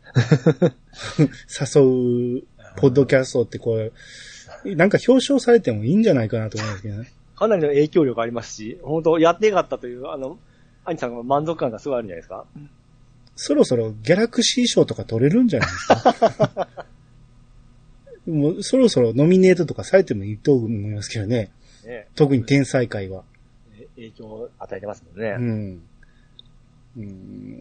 誘うポッドキャストってこれ、なんか表彰されてもいいんじゃないかなと思うんですけどね。 かなりの影響力ありますし、本当やってよかったという、あの、兄さんの満足感がすごいあるんじゃないですか。 そろそろギャラクシー賞とか取れるんじゃないですか。もうそろそろノミネートとかされてもいいと思いますけどね。ね、特に天才界は。 影響を与えてますもんね。 うん。うん、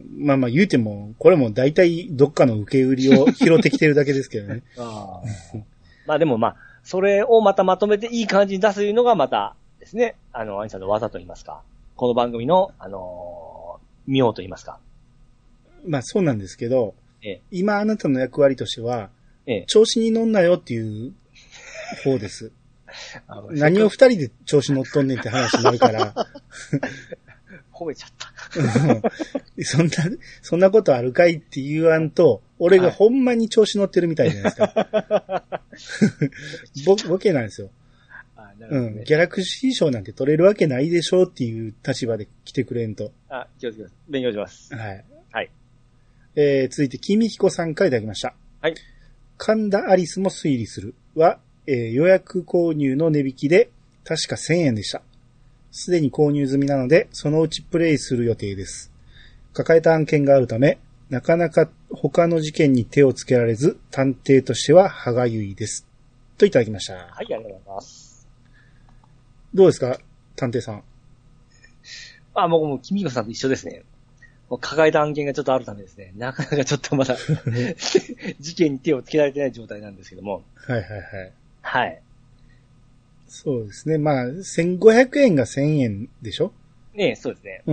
まあまあ言うても、これも大体どっかの受け売りを拾ってきてるだけですけどね。 あまあでもまあ、それをまたまとめていい感じに出すのがまたですね、あの、アニさんの技と言いますか、この番組の、あのー、妙と言いますか。 まあそうなんですけど、 ええ、 今あなたの役割としては、ええ、調子に乗んなよっていう方です。何を二人で調子乗っとんねんって話になるから。 褒めちゃった。 そんな、そんなことあるかいって言わんと、俺がほんまに調子乗ってるみたいじゃないですか。ボ, ボケなんですよ。あ、なるほどね、うん。ギャラクシー賞なんて取れるわけないでしょうっていう立場で来てくれんと。 あ、気をつけます。勉強します。 はい。 はい。 えー、続いて、君彦さんからいただきました。 はい。 神田アリスも推理するは、えー、予約購入の値引きで、確かせんえんでした。すでに購入済みなので、そのうちプレイする予定です。抱えた案件があるため、なかなか他の事件に手をつけられず、探偵としては歯がゆいです。といただきました。はい、 ありがとうございます。 どうですか、探偵さん。 あ、僕も君子さんと一緒ですね。もう抱えた案件がちょっとあるためですね、なかなかちょっとまだ事件に手をつけられてない状態なんですけども。 はいはいはい。 はい。 そうですね。まあ、せんごひゃくえんがせんえんでしょ？ ねえ、そうですね。 うん。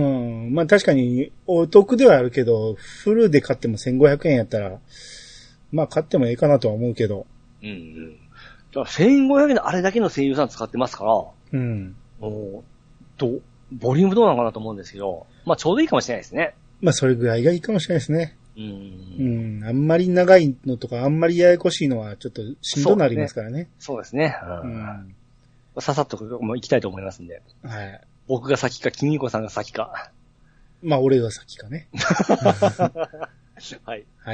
まあ確かにお得ではあるけど、フルで買ってもせんごひゃくえんやったら、まあ買ってもいいかなとは思うけど。 うんうん。じゃあせんごひゃくえんであれだけの声優さん使ってますから、 うん。 もう、ど、ボリュームどうなのかなと思うんですけど、まあちょうどいいかもしれないですね。 まあそれぐらいがいいかもしれないですね。 うん。 うん。あんまり長いのとか、あんまりややこしいのはちょっとしんどくなりますからね。 そうですね。うん。うんささっとも行きたいと思いますんで。 はい。 僕が先か、君子さんが先か。 まあ、俺が先かね。 はい。 はい。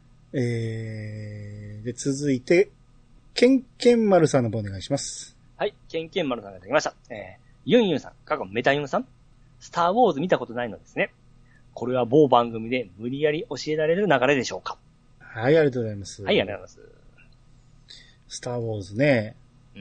えー、で、続いて、ケンケンマルさんの方お願いします。 はい。ケンケンマルさんがいただきました。えー、ユンユンさん、過去メタユンさん。スターウォーズ見たことないのですね。これは某番組で無理やり教えられる流れでしょうか。 はい、ありがとうございます。 はい、ありがとうございます。 スターウォーズね。 うん。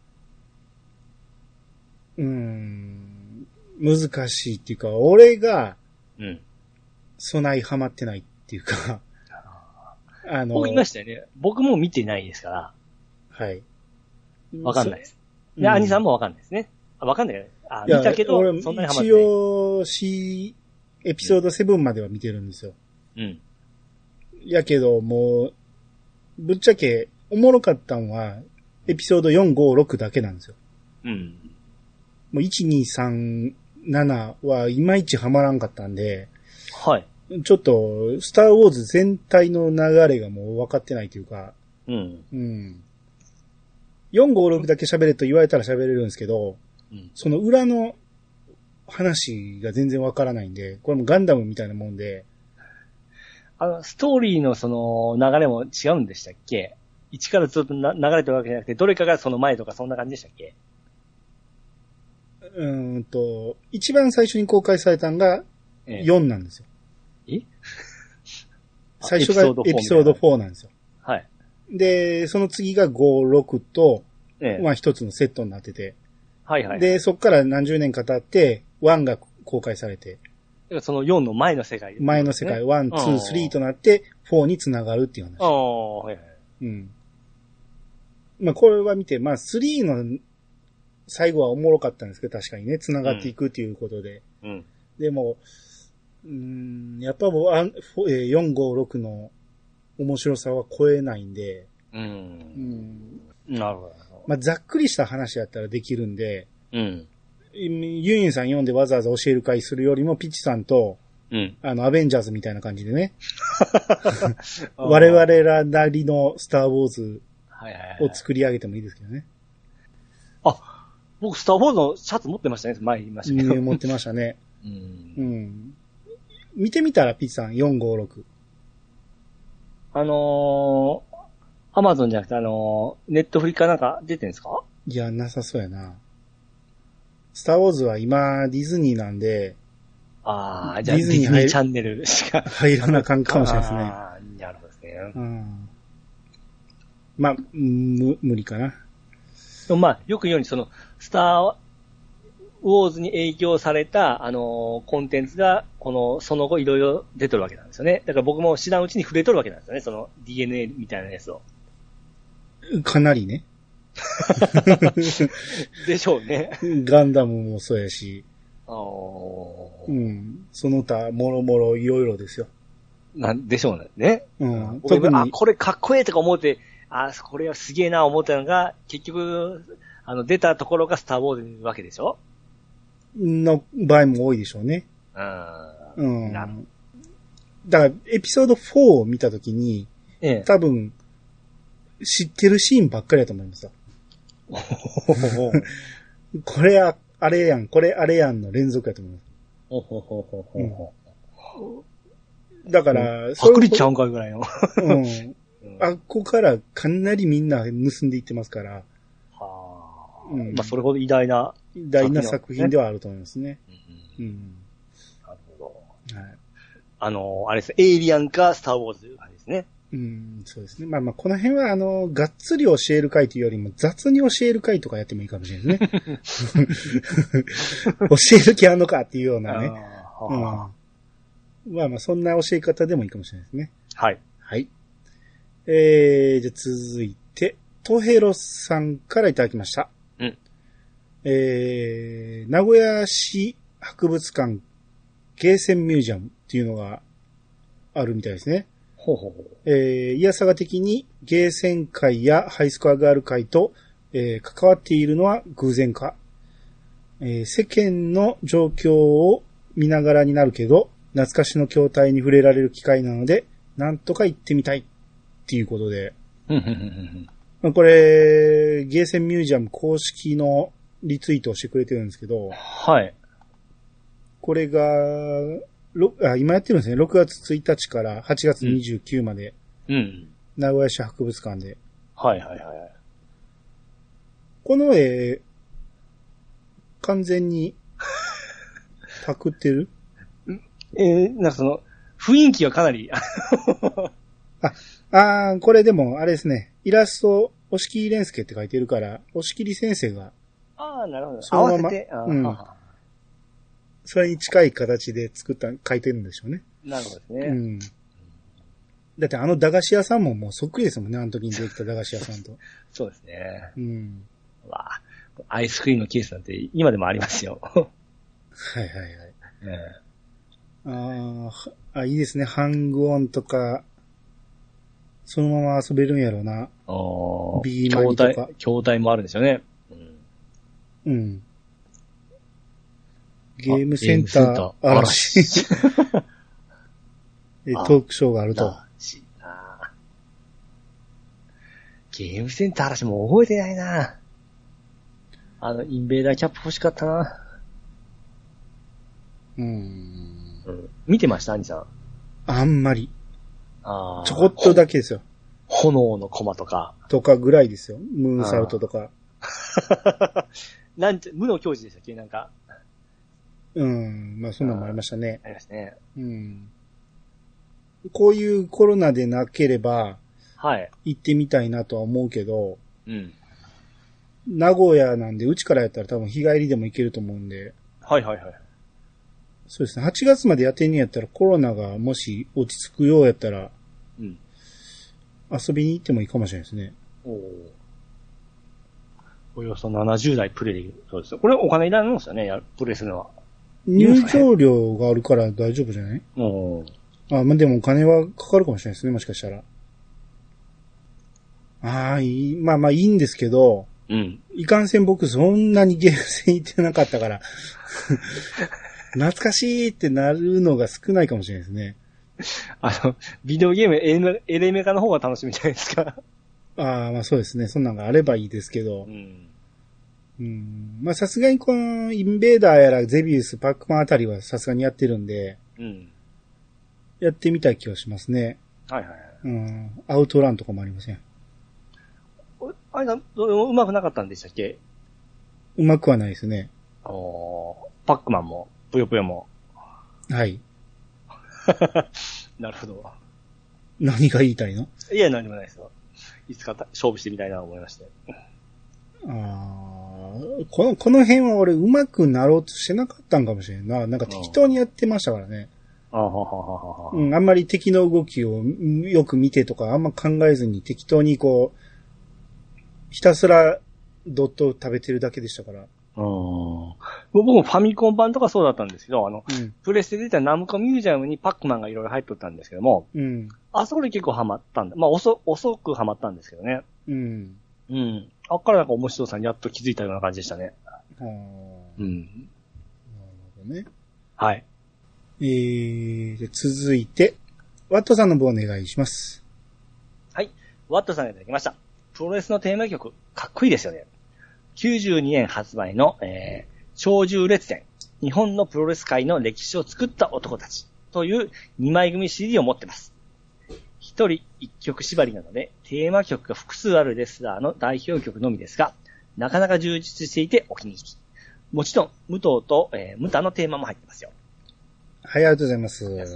うーん、難しいっていうか、俺が、 うん。 備えハマってないっていうか、 あの、僕言いましたよね。僕も見てないですから。 はい。 わかんないです。で、兄さんもわかんないですね。あ、わかんない。あ、見たけど、そんなにハマってない。一応、C、エピソードセブンまでは見てるんですよ。 うん。 やけど、もう、ぶっちゃけ、おもろかったんは、エピソードよん、ご、ろくだけなんですよ。 うん。 もういち、に、さん、ななはいまいちハマらんかったんで、 はい。 ちょっと、スターウォーズ全体の流れがもう分かってないというか、うん。うん。よんごろくだけ喋れと言われたら喋れるんですけど、うん、その裏の話が全然分からないんで、これもガンダムみたいなもんで、 あの、ストーリーのその流れも違うんでしたっけ？一からずっとな流れてるわけじゃなくて、どれかがその前とかそんな感じでしたっけ？ うーんと、一番最初に公開されたのがよんなんですよ。え？え最初がエピソードフォーなんですよ。はい。で、その次がご、ろくと、ええ、まあ一つのセットになってて。はいはい、はい。で、そっから何十年か経って、いちが公開されて。 そのよんの前の世界、 ね。前の世界、いち、に、さんとなって、よんに繋がるっていう話。ああ、はいはい。うん。まあこれは見て、まあさんの最後はおもろかったんですけど、確かにね、繋がっていくっていうことで。うん。うん、でも、うーん、やっぱもう、よん、ご、ろくの面白さは超えないんで。うん。うん。なるほど。まあ、ざっくりした話やったらできるんで。うん。ユンユンさん読んでわざわざ教える会するよりも、ピチさんと、うん。あの、アベンジャーズみたいな感じでね。我々らなりのスターウォーズを作り上げてもいいですけどね。 あ、僕スターウォーズのシャツ持ってましたね。前言いましたけど。 ね、持ってましたね。うん。うん。見てみたら、ピチさん、よんごろく。 あのー、アマゾンじゃなくて、あのー、ネットフリかなんか出てんですか？ いや、なさそうやな。スターウォーズは今、ディズニーなんで、 ああ、じゃあディズニーチャンネルしか入らなあかんかもしれないですね。 ああ、なるほどですね。うん。 まあ、む、無理かな。 でもまあ、よく言うように、その、スターウォーズに影響された、あのー、コンテンツが、この、その後いろいろ出てるわけなんですよね。だから僕も知らんうちに触れとるわけなんですよね。その ディーエヌエー みたいなやつを。 かなりね。 でしょうね。 ガンダムもそうやし。あうん。その他、もろもろいろいろですよ。 なんでしょうね。うん。特にあ、これかっこええとか思って、あ、これはすげえな思ったのが、結局、あの、出たところがスターウォーズにいるわけでしょ？ の場合も多いでしょうね。うん。うん。なるだから、エピソードフォーを見たときに、ええ、多分、知ってるシーンばっかりだと思いますよ。これあ、あれやん、これあれやんの連続やと思います。ほほほほほほ。だから、 パクリちゃうんかいぐらいの。 うん。あっこからかなりみんな盗んでいってますから。はあ。うん、まあ、それほど偉大な、 偉大な作品ではあると思いますね。うん。うん、 なるほど。はい。あの、あれです、エイリアンかスターウォーズですね。 うん、そうですね。まあまあ、この辺は、あの、がっつり教える会というよりも、雑に教える会とかやってもいいかもしれないですね。教える気あんのかっていうようなね。あうん、まあまあ、そんな教え方でもいいかもしれないですね。はい。はい。えー、じゃあ続いて、トヘロさんからいただきました。うん。えー、名古屋市博物館ゲーセンミュージアムっていうのがあるみたいですね。ほうほうほう。えー、イヤサガ的にゲーセン会やハイスコアガール会と、えー、関わっているのは偶然か、えー。世間の状況を見ながらになるけど、懐かしの筐体に触れられる機会なので、なんとか行ってみたいっていうことで。これ、ゲーセンミュージアム公式のリツイートをしてくれてるんですけど、はい。これが、あ今やってるんですね。ろくがつついたちからはちがつにじゅうくにちまで。うん。名古屋市博物館で。はいはいはい。この絵、完全に、パクってるえー、なんかその、雰囲気はかなり。 あ、あー、これでも、あれですね。イラスト、押切蓮介って書いてるから、押切先生が。 ああ、なるほど。そのまま合わせて。うん。 それに近い形で作った、書いてるんでしょうね。 なるほどですね。うん。 だってあの駄菓子屋さんももうそっくりですもんね、あの時にできた駄菓子屋さんと。 そうですね。うん。わあ、アイスクリームのケースなんて今でもありますよ。はいはいはい。 ね、ああ、いいですね。ハングオンとか、そのまま遊べるんやろうな。ああ。ビーマニとか。 筐体もあるんですよね。 うん。うん。ゲームセンター嵐。 えトークショーがあると。 しなゲームセンター話も覚えてないな。あの、インベーダーキャップ欲しかったな。 うーん。 うん、見てました兄さん。 あんまり。 あちょこっとだけですよ。 炎のコマとか。 とかぐらいですよ。ムーンサルトとか。 なんて、無の境地でしたっけなんか。 うん。まあ、そんなのもありましたね。 ありましたね。 うん。こういうコロナでなければ、 はい。 行ってみたいなとは思うけど、 うん。 名古屋なんで、うちからやったら多分日帰りでも行けると思うんで。 はいはいはい。 そうですね。はちがつまでやってんねやったらコロナがもし落ち着くようやったら、うん。遊びに行ってもいいかもしれないですね。 おお。およそななじゅうだいプレイできる。そうです。これお金いらないんですよね、プレイするのは。 入場料があるから大丈夫じゃない？ おー。 あ、まあ、でもお金はかかるかもしれないですね、もしかしたら。ああ、いい、まあまあいいんですけど、 うん。 いかんせん僕そんなにゲーム戦行ってなかったから、懐かしいってなるのが少ないかもしれないですね。 あの、ビデオゲームエレエレメカの方が楽しみじゃないですか。 ああ、まあそうですね。そんなんがあればいいですけど。うん。うん、まあさすがにこのインベーダーやらゼビウス、パックマンあたりはさすがにやってるんで、うん。やってみたい気はしますね。 はいはいはい。 うん。アウトランとかもありません。 あれだ、うまくなかったんでしたっけ？ うまくはないですね。 おー、パックマンも、ぷよぷよも。 はい。 なるほど。 何が言いたいの？ いや、何もないですよ。いつか勝負してみたいなと思いまして。 ああ、この、この辺は俺上手くなろうとしてなかったんかもしれんな。なんか適当にやってましたからね。あはははは。うん、あんまり敵の動きをよく見てとかあんま考えずに適当にこう、ひたすらドットを食べてるだけでしたから。 僕もファミコン版とかそうだったんですけど、あの、うん、プレステで出たナムコミュージアムにパックマンがいろいろ入っとったんですけども、うん、あそこで結構ハマったんだ。まあ遅、遅くハマったんですけどね。うん。うん。あっからなんか面白さにやっと気づいたような感じでしたね。うん。なるほどね。 はい。 えー、で続いて、ワットさんの方お願いします。 はい。ワットさんがいただきました。プロレスのテーマ曲、かっこいいですよね。きゅうじゅうにねん発売の、えー、超重列伝、日本のプロレス界の歴史を作った男たちというにまい組 シーディー を持ってます。一人一曲縛りなので、テーマ曲が複数あるレスラーの代表曲のみですが、なかなか充実していてお気に入り。もちろん、武藤と、えー、ムタのテーマも入ってますよ。 はい、ありがとうございます。はい、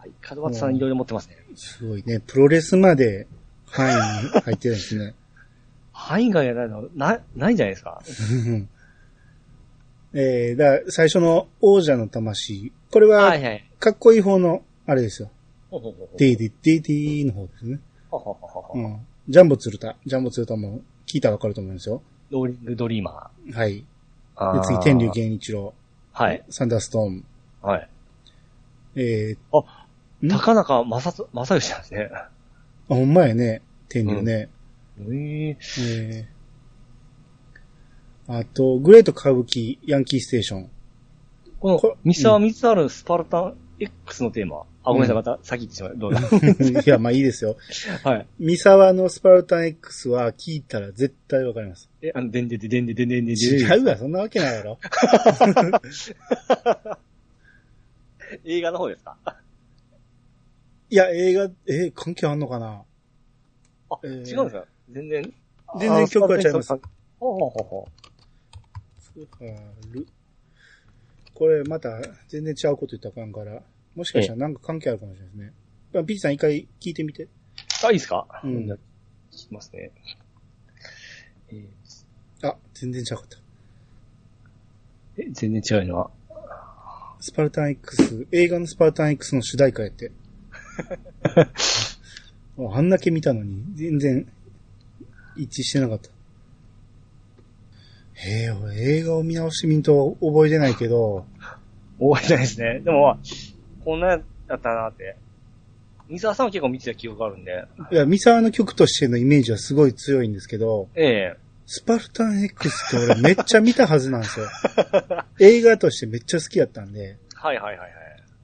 門松さんいろいろ持ってますね。 すごいね。プロレスまで範囲に入ってるんですね。 範囲がやらないの、な、ないんじゃないですか。 えー、だ最初の王者の魂。これは、かっこいい方の、あれですよ。ディディディディの方ですね。うん。ジャンボ鶴田。ジャンボ鶴田も聞いたらわかると思うんですよ。 ローリングドリーマー。はい。で、次、天竜源一郎。 はい。 サンダーストーン。 はい。 えー、 あ、高中正、正義なんですね。 あ、ほんまやね。天竜ね。 うん、えー、 えー。あと、グレート歌舞伎、ヤンキーステーション。 この、三沢光晴スパルタン X のテーマ。あ、ごめんなさい、また先言ってしまう。どうぞ。 いや、まあいいですよ。 はい。 三沢のスパルタン X は聞いたら絶対わかります。 え、あの、でんでででんででんでんでんでん。 違うわ、そんなわけないやろ。 映画の方ですか？ いや、映画、えー、関係あんのかなあ、えー、違うんですか？全然。 全然曲は違います。 ほうほうほうほう。これまた全然違うこと言ったらあかんから、もしかしたらなんか関係あるかもしれないですね。ええ、ピーチさん一回聞いてみて。 あ、いいですか？ うん。 聞きますね。 えー、あ、全然違かった。 え、全然違うのはスパルタン X、映画のスパルタン X の主題歌やって。あんだけ見たのに、全然、一致してなかった。へえ、俺映画を見直してみんと覚えてないけど。 覚えてないですね。でも、こんなやったなって。三沢さんは結構見てた記憶があるんで。 いや、三沢の曲としてのイメージはすごい強いんですけど。 ええ。 スパルタン X って俺めっちゃ見たはずなんですよ。映画としてめっちゃ好きやったんで。 はいはいはいはい。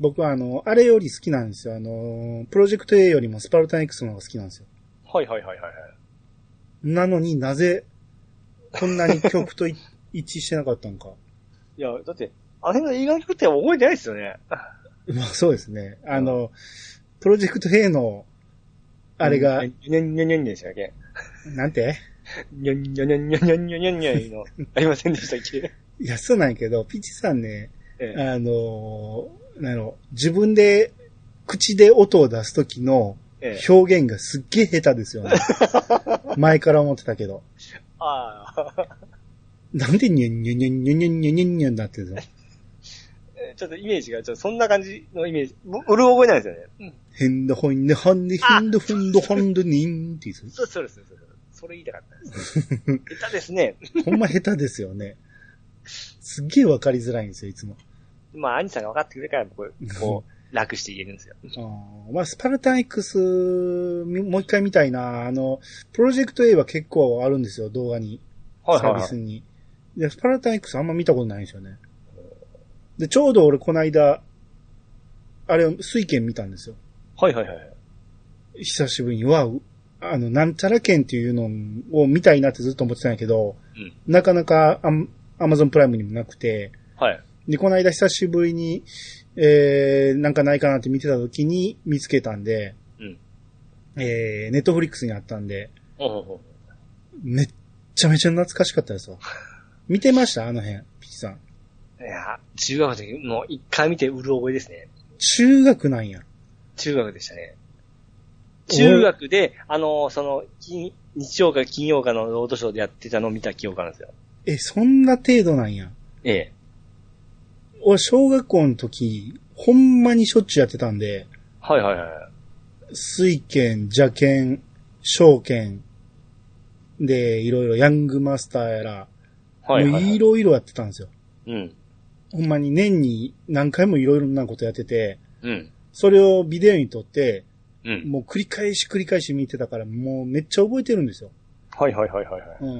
僕はあの、あれより好きなんですよ。あの、プロジェクト A よりもスパルタン X の方が好きなんですよ。 はいはいはいはい。 なのになぜ、こんなに曲と一致してなかったのか。 いや、だって、あれの映画曲って覚えてないですよね。 まあそうですね。あの、うん、プロジェクト A の、あれが、 にゃんにゃんにゃんにゃんでしたっけ？ なんてにゃんにゃんにゃんにゃんにゃんにゃんにゃんにゃんの、ありませんでしたっけ？ いや、そうなんやけど、ピチさんね、ええ、あの、なんやろ、自分で、口で音を出すときの表現がすっげえ下手ですよね。ええ、前から思ってたけど。ああ。なんでニャンニャンニャンニャンニャンニャンニャンニャンなってるの？ ちょっとイメージが、ちょっとそんな感じのイメージ。うる覚えないですよね。うん。 ヘンドホインドハンデヘンドフンドハンドニンって言う。 そうそうです。それ言いたかったです。下手ですね。 ほんま下手ですよね。すっげえわかりづらいんですよ、いつも。 まあ、兄さんが分かってくれるから、僕、こう、楽して言えるんですよ。 あまあ、スパルタン X、もう一回見たいな。あの、プロジェクト A は結構あるんですよ、動画に。はいはいはい、サービスに。で、スパルタン X あんま見たことないんですよね。で、ちょうど俺この間、あれ、水拳見たんですよ。 はいはいはい。 久しぶりに、わ、あの、なんちゃら剣っていうのを見たいなってずっと思ってたんやけど、うん、なかなかアマゾンプライムにもなくて、はい。で、この間久しぶりに、えー、なんかないかなって見てた時に見つけたんで、うん。えー、ネットフリックスにあったんで、うんうんうん、めっちゃめちゃ懐かしかったですわ。見てましたあの辺、ピチさん。 いや、中学の時、もう一回見てうる覚えですね。 中学なんや。 中学でしたね。中学で、あの、その、日曜か金曜かのロードショーでやってたのを見た記憶あるんですよ。 え、そんな程度なんや。ええ。俺、小学校の時、ほんまにしょっちゅうやってたんで。 はいはいはい。 水拳、邪剣、小剣、で、いろいろヤングマスターやら、はいはいはい、もういろいろやってたんですよ。うん。ほんまに年に何回もいろいろなことやってて、うん。それをビデオに撮って、うん。もう繰り返し繰り返し見てたから、もうめっちゃ覚えてるんですよ。はいはいはいはい、はい。うん。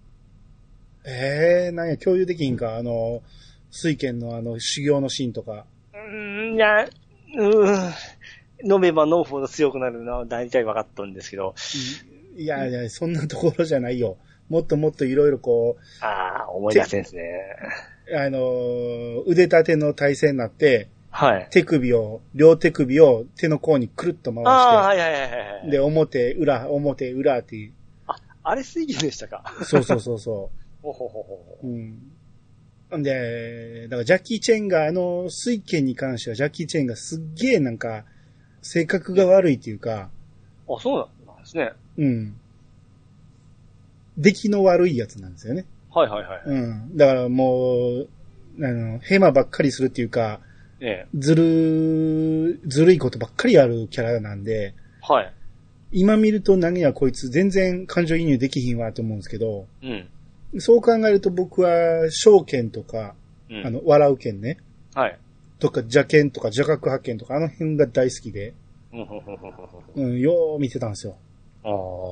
ええー、なんや、共有できひんか、あの、水拳のあの、修行のシーンとか。 うーん、いや、うーん。飲めば飲むほど強くなるのは大体分かったんですけど。 いやいや、そんなところじゃないよ。もっともっといろいろこう。 ああ、思い出せんですね。 あの、腕立ての体勢になって、はい。手首を、両手首を手の甲にくるっと回して。ああ、はいはいはいはい。で、表、裏、表、裏っていう。 あ、あれ水拳でしたか。 そうそうそうそう。ほほほほ。うん。んで、だからジャッキー・チェンが、あの、水拳に関してはジャッキー・チェンがすっげえなんか、性格が悪いっていうか。 あ、そうなんですね。 うん。出来の悪いやつなんですよね。 はいはいはい。 うん。だからもう、あの、ヘマばっかりするっていうか、ええ、ずる、ずるいことばっかりあるキャラなんで、はい。今見ると何やこいつ全然感情移入できひんわと思うんですけど、うん。そう考えると僕は、小剣とか、うん、あの、笑う剣ね。はい。とか、邪剣とか邪覚派剣とか、あの辺が大好きで、うん、よー見てたんですよ。ああ。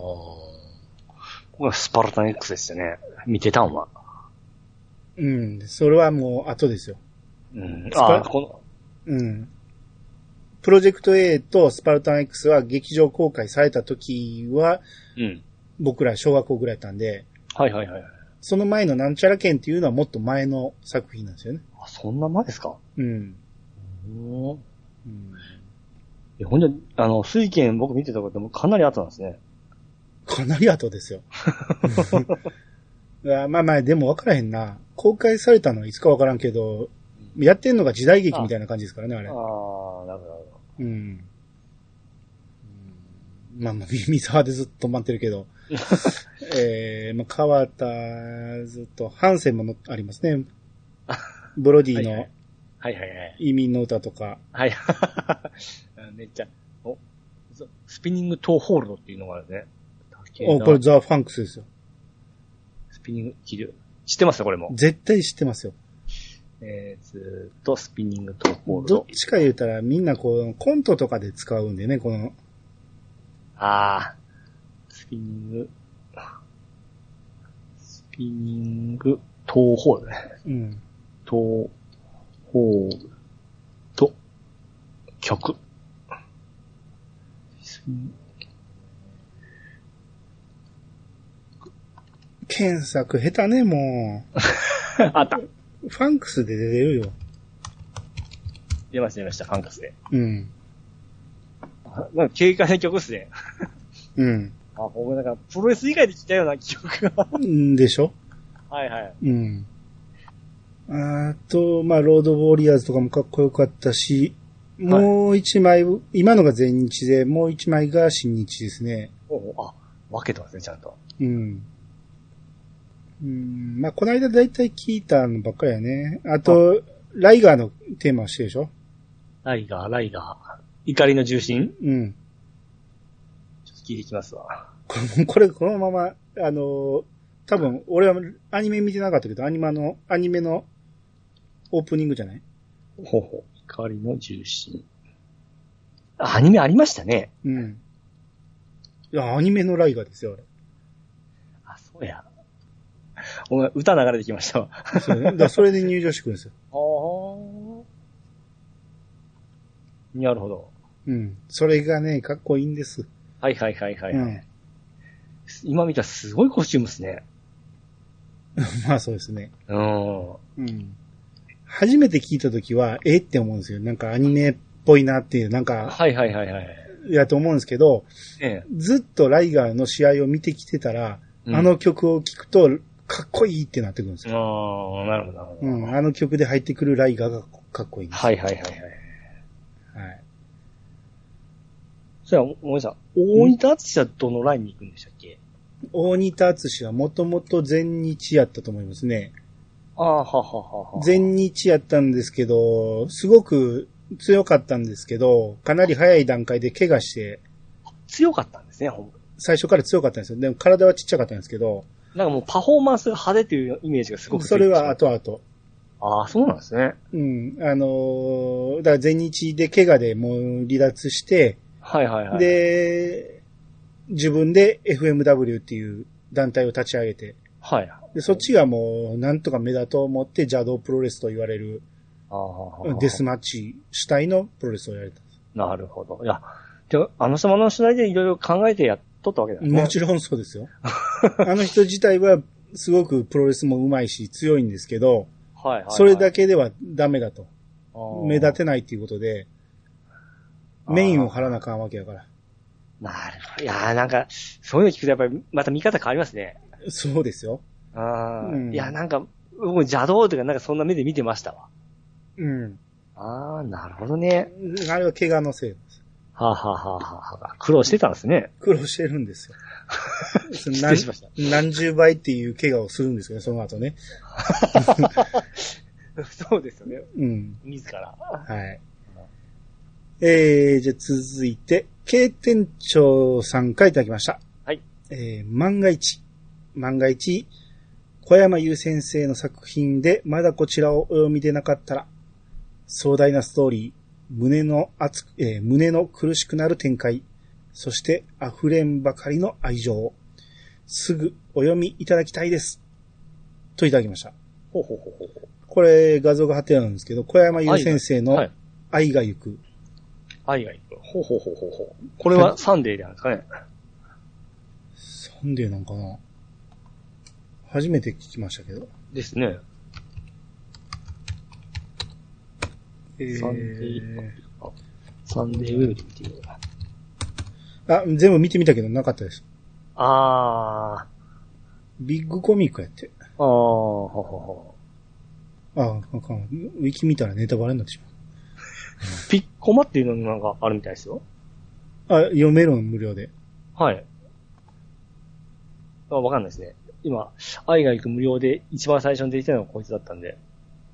これスパルタン X ですよね。見てたんは。 うん、それはもう後ですよ。うん。ああ、この。うん。プロジェクト A とスパルタン X は劇場公開された時は、うん。僕ら小学校ぐらいだったんで、はいはいはい。その前のなんちゃら剣っていうのはもっと前の作品なんですよね。 あ、そんな前ですか？うん。うん。いや、ほんで、あの、水拳僕見てたこともかなり後なんですね。 かなり後ですよ。まあまあ、でも分からへんな。公開されたのはいつか分からんけど、うん、やってんのが時代劇みたいな感じですからね、あれ。ああ、なるほど。うん。まあまあ、ミサワでずっと待ってるけど。えー、まあ、川田、ずっと、ハンセンものありますね。ブロディの、はいはいはい。移民の歌とか。はい。 めっちゃ、お、スピニングトーホールドっていうのがあるね。 お、これザ・ファンクスですよ。 スピニング、切る。知ってますかこれも。 絶対知ってますよ。 えー、ずーっとスピニングトーホールド。どっちか言うたらみんなこう、コントとかで使うんでね、この。 あー。スピニング、スピニングトーホールドね。うん。トーホールド。 曲。 検索下手ね、もう。 あった。 ファンクスで出てるよ。 出ました、出ました、ファンクスで。 うん。 なんか軽快な曲っすね。 うん。 あ、僕なんか、プロレス以外で聞いたような記憶が。 んでしょ？ はいはい。 うん。あと、まあ、ロードウォリアーズとかもかっこよかったし、もう一枚、はい、今のが全日で、もう一枚が新日ですね。 おお、あ、分けてますね、ちゃんと。 うん。うん、まあ、この間だいたい聞いたのばっかりやね。あと、あライガーのテーマをしてるでしょ？ ライガー、ライガー。怒りの重心？ うん。 ちょっと聞いてきますわ。 これ、このまま、あの、多分、俺はアニメ見てなかったけど、アニメの、アニメのオープニングじゃない？ ほうほう。怒りの重心。アニメありましたね。 うん。いや、アニメのライガーですよ、あれ。 あ、そうや。お前、歌流れてきましたわ。 そうね。だそれで入場してくるんですよ。 ああ。なるほど。 うん。それがね、かっこいいんです。 はいはいはいはい。うん、 今見たらすごいコスチュームですね。 まあそうですね。 うん。 うん。初めて聞いたときは、えって思うんですよ。なんかアニメっぽいなっていう、なんか。 はいはいはいはい。 やと思うんですけど、 ええ、 ずっとライガーの試合を見てきてたら、うん、あの曲を聴くと、かっこいいってなってくるんですよ。 ああ、なるほどなるほど。うん。 あの曲で入ってくるライガーがかっこいいんですよ。 はいはいはいはい。 はい。 それは、ごめんなさい。大仁田敦はどのラインに行くんでしたっけ？ 大仁田敦はもともと全日やったと思いますね。 ああ、はははは。 全日やったんですけど、すごく強かったんですけど、かなり早い段階で怪我して。 強かったんですね、ほん最初から強かったんですよ。でも体はちっちゃかったんですけど。 なんかもうパフォーマンスが派手というイメージがすごくそれは後々。 ああ、そうなんですね。 うん。あのー、だから全日で怪我でもう離脱して、 はいはいはい。 で、自分で エフエムダブリュー っていう団体を立ち上げて、 はい。 で、そっちがもう、なんとか目立とう思って邪道プロレスと言われる、デスマッチ主体のプロレスをやれた。 なるほど。いや、であの様の主体でいろいろ考えてやっとったわけだね。 もちろんそうですよ。あの人自体は、すごくプロレスも上手いし強いんですけど、 はいはいはい、 それだけではダメだと。目立てないっていうことで、メインを張らなあかんわけやから。 なるほど。いやーなんか、そういうの聞くとやっぱりまた見方変わりますね。 そうですよ。 あうん、いや、なんか、僕邪道とかなんかそんな目で見てましたわ。 うん。 ああ、なるほどね。 あれは怪我のせいです。 はあ、はあはあはあ、苦労してたんですね。 苦労してるんですよ。 失礼しました。 何十倍っていう怪我をするんですよね、その後ね。 そうですよね。 うん。 自ら。 はい。えー、じゃあ続いて、K店長さんからいただきました。 はい。 えー、万が一。万が一、小山優先生の作品でまだこちらをお読みでなかったら、壮大なストーリー、胸の熱く、えー、胸の苦しくなる展開、そして溢れんばかりの愛情を、すぐお読みいただきたいです。といただきました。 ほうほうほうほう。 これ画像が貼ってあるんですけど、小山優先生の愛がゆく。 愛がゆく。ほうほうほうほうほう。これはサンデーなんですかね。 サンデーなんかな。初めて聞きましたけど。 ですね。 えー、 サンデー、サンデーウェブで見てみよう。 あ、全部見てみたけどなかったです。 あー。 ビッグコミックやって。 あー、ほほほ。 ああ、あかん。ウィキ見たらネタバレになってしまう。 ピッコマっていうのなんかあるみたいですよ。 あ、読めるの無料で。 はい。あ、わかんないですね。今、愛が行く無料で一番最初に出てきたのがこいつだったんで。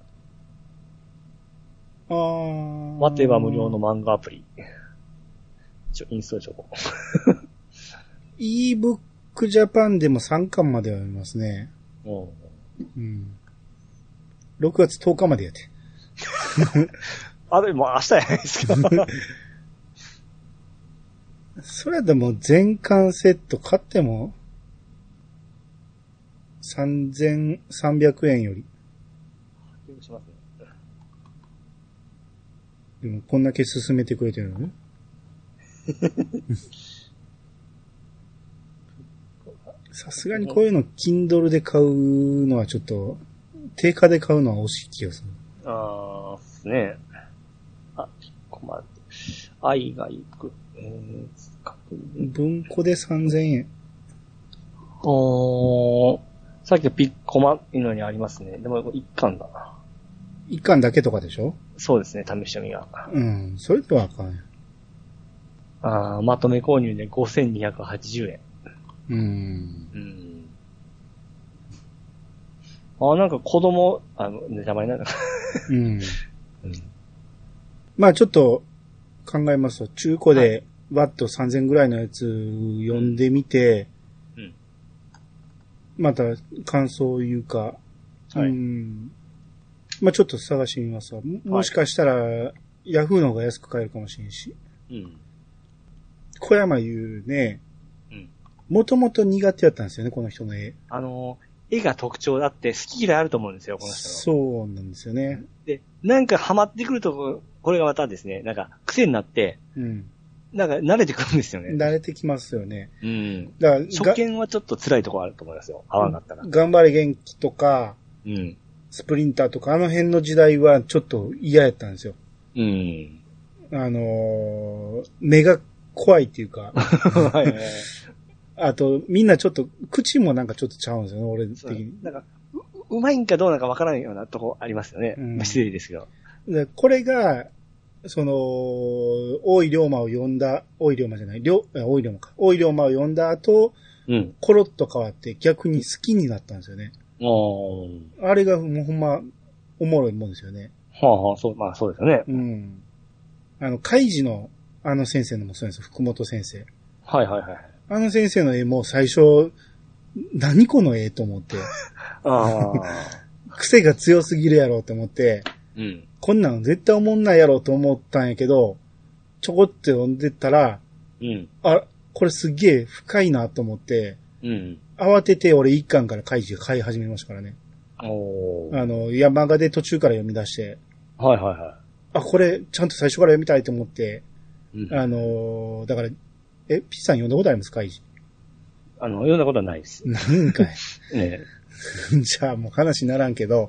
あー。 待てば無料の漫画アプリ。ちょ、インストールしとこう。 ebook Japan でもさんかんまでは読みますね。 うん。 うん。ろくがつとおかまでやって。 あ、でも明日じゃないですか。 それでも全巻セット買っても、さんぜんさんびゃくえんより。 しますね。 でもこんだけ進めてくれてるのね。さすがにこういうの Kindle で買うのはちょっと、定価で買うのは惜しい気がする。 あー、ですね。あ、困る。愛が行く。えー、 文庫でさんぜんえん。 おー、さっきのピッコマいうのにありますね。でも一巻だな。 一巻だけとかでしょ？そうですね、試し読みが。 うん、それではあかん。 あー、まとめ購入でごせんにひゃくはちじゅうえん。 うーん。 うん。あ、なんか子供、あの、ネタバレになる。うん。うん。 まあちょっと考えますと、中古でワットさんぜんぐらいのやつ読んでみて、うん。また感想を言うか、はい。うん。まあちょっと探してみますわ。もしかしたら、はい、ヤフーの方が安く買えるかもしれんし。うん。小山優ね、もともと苦手だったんですよね、この人の絵。 あの、絵が特徴だって好き嫌いあると思うんですよ、この人の。 そうなんですよね。 で、なんかハマってくると、これがまたですね、なんか癖になって、うん。なんか慣れてくるんですよね。 慣れてきますよね。 うん。だから初見はちょっと辛いところあると思いますよ、合わなかったら。 頑張れ元気とか、うん。スプリンターとか、あの辺の時代はちょっと嫌やったんですよ。うん。あのー、目が怖いっていうか。はいはい。あと、みんなちょっと、口もなんかちょっとちゃうんですよね、俺的に。 なんかう、うまいんかどうなのかわからないようなとこありますよね。うん、失礼ですけど。 でこれが、その、大井龍馬を読んだ、大井龍馬じゃない、大井龍馬か。大井龍馬を読んだ後、うん、コロッと変わって逆に好きになったんですよね。あれがもうほんま、おもろいもんですよね。 はあはあ、そう、まあそうですよね。 うん。あの、カイジの、あの先生のもそうです、福本先生。 はいはいはい。 あの先生の絵も最初、何この絵と思って。あ癖が強すぎるやろうと思って、うん、こんなの絶対思んないやろうと思ったんやけど、ちょこって読んでたら、うん、あ、これすげえ深いなと思って、うん、慌てて俺一巻から開示買い始めましたからね。おあの、山画で途中から読み出して、 はいはいはい。 あ、これちゃんと最初から読みたいと思って、うん、あの、だから、え、ピッさん読んだことありますか？ あの、読んだことはないです。 なんかい。ねじゃあもう話にならんけど、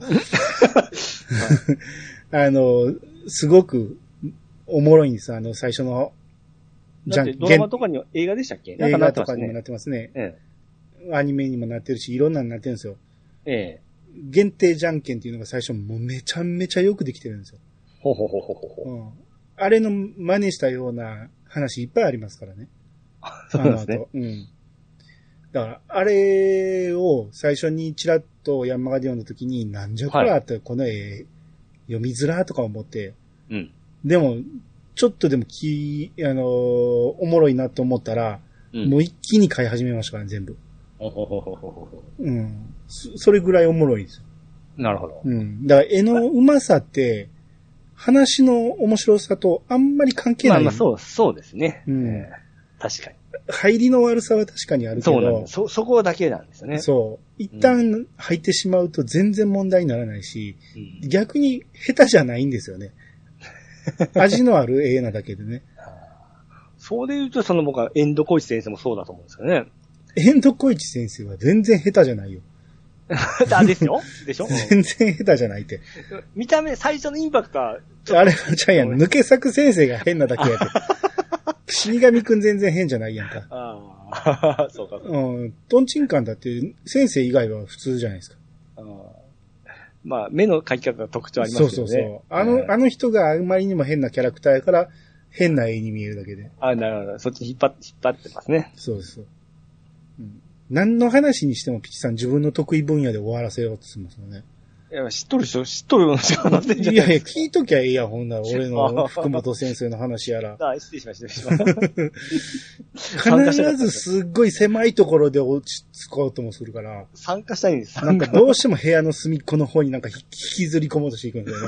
あの、すごくおもろいんです。あの、最初の。 じゃん、ドラマとかには映画でしたっけ？ 映画とかにもなってますね。ええ、アニメにもなってるし、いろんなのになってるんですよ。ええ。限定じゃんけんっていうのが最初もうめちゃめちゃよくできてるんですよ。ほほほほほほ。うん。あれの真似したような話いっぱいありますからね。 そうですね。 うん。だから、あれを最初にチラッとヤンマガで読んだ時に、なんじゃこらってこの絵、読みづらとか思って。うん。でも、ちょっとでもき、あのー、おもろいなと思ったら、うん、もう一気に買い始めましたからね、全部。ほほほほほほ。うん。そ、それぐらいおもろいんですよ。 なるほど。 うん。だから絵の上手さって、話の面白さとあんまり関係ない。 まあまあそう、そうですね。うん。えー、確かに。 入りの悪さは確かにあるけど。 そうなんです。そ、そこだけなんですよね。 そう。一旦入ってしまうと全然問題にならないし、うん、逆に下手じゃないんですよね。味のある絵なだけでね。 そうで言うと、その僕はエンドコイチ先生もそうだと思うんですよね。 エンドコイチ先生は全然下手じゃないよ。 あ、ですよでしょ全然下手じゃないって。 見た目、最初のインパクトはあれはちゃうやん。抜け作先生が変なだけやで。死神くん全然変じゃないやんか。ああ、そうか。うん。トンチンカンだって先生以外は普通じゃないですか。あまあ、目の描き方が特徴ありますよね。そうそうそう。 あの、あの人があまりにも変なキャラクターやから、変な絵に見えるだけで。 あなるほど。そっち引っ張って、引っ張ってますね。 そうです。うん。何の話にしてもピチさん自分の得意分野で終わらせようとするんですよね。 いや、知っとる人、知っとるのしか話せんじゃない。 いやいや、聞いときゃいいや、ほんなら、俺の福本先生の話やら。 あ、失礼しました、失礼しました。必ずすっごい狭いところで落ち着こうともするから。 参加したいんです。 なんかどうしても部屋の隅っこの方になんか引きずり込もうとしていくんだよね。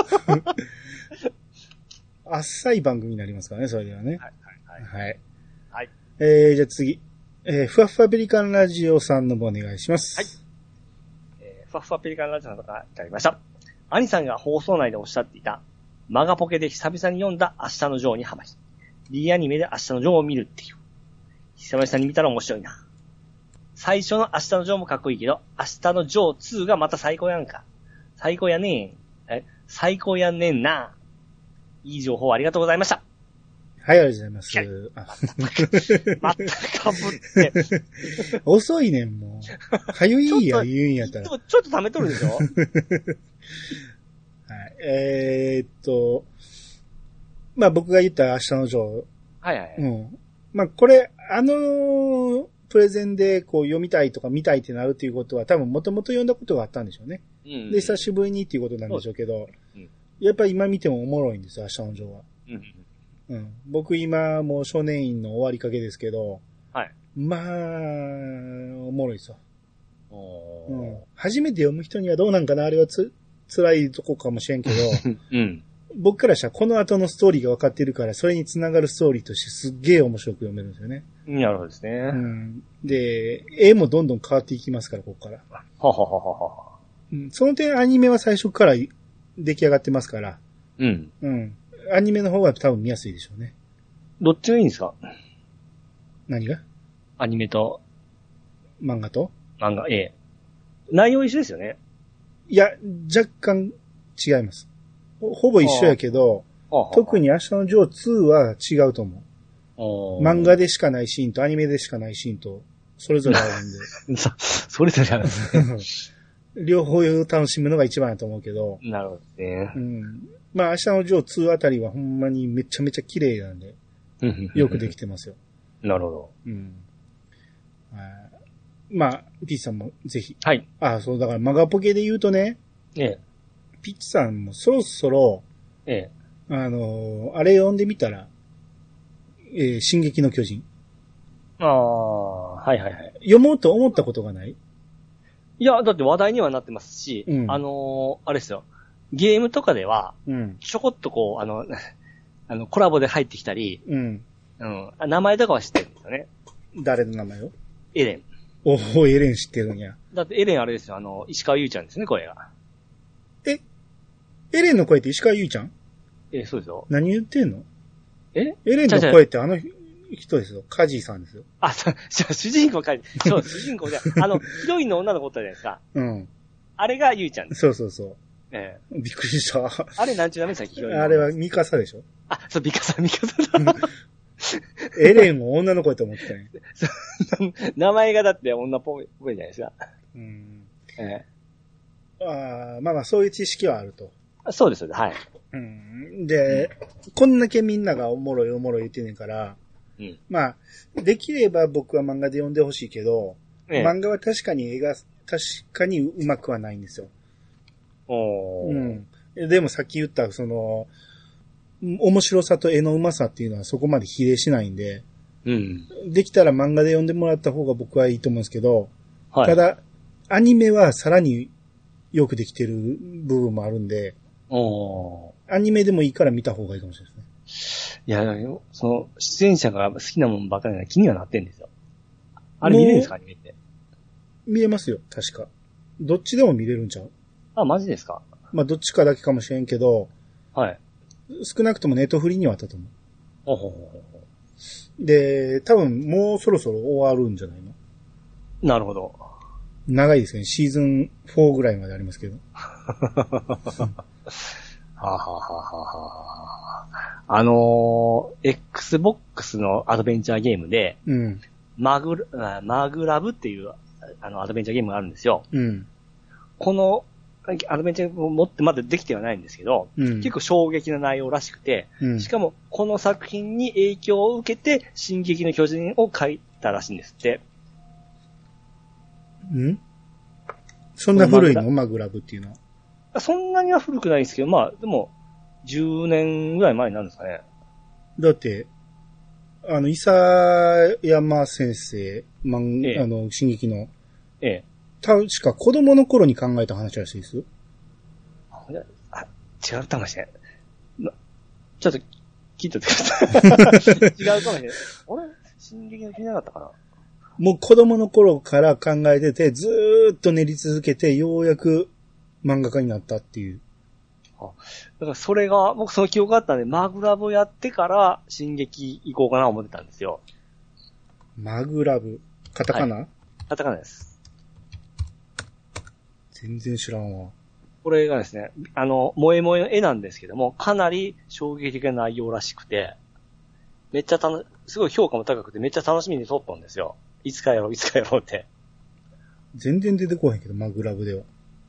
あっさい番組になりますからね、それではね。はい、はい、はい。はい。はい、えー、じゃあ次。えー、ふわふわペリカンラジオさんの方お願いします。はい。 えー、ふわふわペリカンラジオさんからいただきました。兄さんが放送内でおっしゃっていた、 マガポケで久々に読んだ明日のジョーにハマり、D アニメで明日のジョーを見るっていう。久々に見たら面白いな。最初の明日のジョーもかっこいいけど、明日のジョーツーがまた最高やんか。最高やねん。え、最高やねんな。いい情報ありがとうございました。 はい、ありがとうございます。 またかぶって。 遅いねん、もう。はゆいや、言うんやったら。 ちょっと、ちょっと溜めとるでしょはい。 えー、っと、まあ僕が言った明日のジョー。 はいはい。 うん。まあこれ、あのー、プレゼンでこう読みたいとか見たいってなるっていうことは多分もともと読んだことがあったんでしょうね。うん、で、久しぶりにっていうことなんでしょうけど、うん、やっぱり今見てもおもろいんですよ、明日のジョーは。うんうん、僕今もう少年院の終わりかけですけど、はい。まあ、おもろいですよ。うん。初めて読む人にはどうなんかな、あれはつ、辛いとこかもしれんけど、うん。僕からしたらこの後のストーリーが分かってるから、それにつながるストーリーとしてすっげえ面白く読めるんですよね。 なるほどですね。 うん。で、絵もどんどん変わっていきますから、ここから。ははははは。うん。その点アニメは最初から出来上がってますから。うん。うん。アニメの方が多分見やすいでしょうね。 どっちがいいんですか？ 何が？ アニメと漫画と漫画、ええ。内容一緒ですよね。 いや、若干違います。ほ, ほぼ一緒やけど、特に明日のジョーツーは違うと思う。漫画でしかないシーンとアニメでしかないシーンと、それぞれあるんで。 そ, それぞれあるんですね。両方楽しむのが一番だと思うけど。 なるほどね。 うん。まあ明日のジョーツーあたりはほんまにめちゃめちゃ綺麗なんで、よくできてますよ。 なるほど。うん。 まあ、ピッチさんもぜひ。 はい。 ああ、そう、だからマガポケで言うとね、ええ。ピッチさんもそろそろ、ええ。あのー、あれ読んでみたら、えー、進撃の巨人。 ああ、はいはいはい。 読もうと思ったことがない？ いや、だって話題にはなってますし、うん、あのー、あれですよ。ゲームとかでは、うん、ちょこっとこう、あの、あの、コラボで入ってきたり、うん。うん。名前とかは知ってるんですよね。 誰の名前を？ エレン。 おお、エレン知ってるんや。 だってエレンあれですよ、あの、石川優ちゃんですね、声が。 えエレンの声って石川優ちゃん？ え、そうですよ。 何言ってんの？ えエレンの声ってあの人ですよ。カジーさんですよ。 あ、そう、主人公カジー。そう、主人公じゃ、あの、ヒロインの女の子おったじゃないですか。うん。あれが優ちゃんです。 そうそうそう。ええ。びっくりした。 あれなんちゅう名前でしたっけ、ヒロイン。 あれはミカサでしょ？ あ、そう、ミカサ、ミカサだ。 エレンも女の子やと思ってたね。 名前がだって女っぽいじゃないですか。うん。 ええ。ああ、まあまあそういう知識はあると。 そうです、はい。 うん。で、うん、こんだけみんながおもろいおもろい言ってんねんから、うん、まあ、できれば僕は漫画で読んでほしいけど、ええ、漫画は確かに絵が確かにうまくはないんですよ。おー。うん。でもさっき言ったその、面白さと絵のうまさっていうのはそこまで比例しないんで、うん。できたら漫画で読んでもらった方が僕はいいと思うんですけど、はい。ただ、アニメはさらによくできてる部分もあるんで、おー。アニメでもいいから見た方がいいかもしれないですね。 いや、その、出演者が好きなもんばかりな気にはなってんですよ。あれ見れるんですか、アニメって。 見れますよ、確か。どっちでも見れるんちゃう？ あ、マジですか？ まあ、どっちかだけかもしれんけど、はい。少なくともネットフリにはあったと思う。ほほほほ。で、多分もうそろそろ終わるんじゃないの？ なるほど。 長いですね。シーズンフォーぐらいまでありますけど。 ははははは。あのー、Xbox のアドベンチャーゲームで、うん、マグ、マグラブっていうあのアドベンチャーゲームがあるんですよ。うん、このアドベンチャーを持ってまだできてはないんですけど、うん、結構衝撃な内容らしくて、うん、しかもこの作品に影響を受けて進撃の巨人を書いたらしいんですって。 ん？そんな古いの？マグラブっていうのは。 そんなには古くないですけど、まあでもじゅうねんぐらい前になるんですかね。 だって、あの、伊佐山先生、まん、ええ、あの、進撃の、ええ。確か子供の頃に考えた話らしいですよ。 あ、違うかもしれん。ちょっと、聞いとってください。違うかもしれん。あれ進撃の気なかったかな？ もう子供の頃から考えてて、ずーっと練り続けて、ようやく漫画家になったっていう。 あ、だからそれが、僕その記憶があったんで、マグラブやってから、進撃行こうかな思ってたんですよ。 マグラブ。カタカナ、はい、 カタカナです。 全然知らんわ。 これがですね、あの、萌え萌えの絵なんですけども、かなり衝撃的な内容らしくて、めっちゃたの、すごい評価も高くて、めっちゃ楽しみに撮ったんですよ。いつかやろう、いつかやろうって。 全然出てこへんけど、マグラブでは。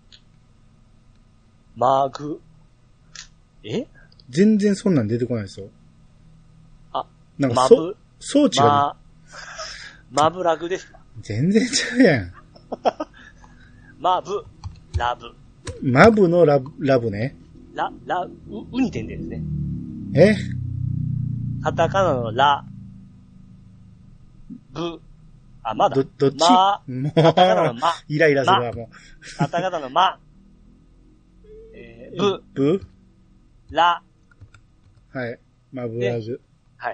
マグ、え全然そんなん出てこないですよ。 あ、 なんかそ、装置が、 マ、マブラグですか？ 全然ちゃうやん。 マブ、ラブ。 マブのラブ、ラブね。 ラ、ラ、う、うに点々ですね。 え？ カタカナのラ、ブ、あ、まだ。 ど、どっち？ ま、 もう、 カタカナのま。 イライラするわ、もう。カタカナのま。えー、ブ、 ブ、 ラ。 はい。マブラグ。 はい。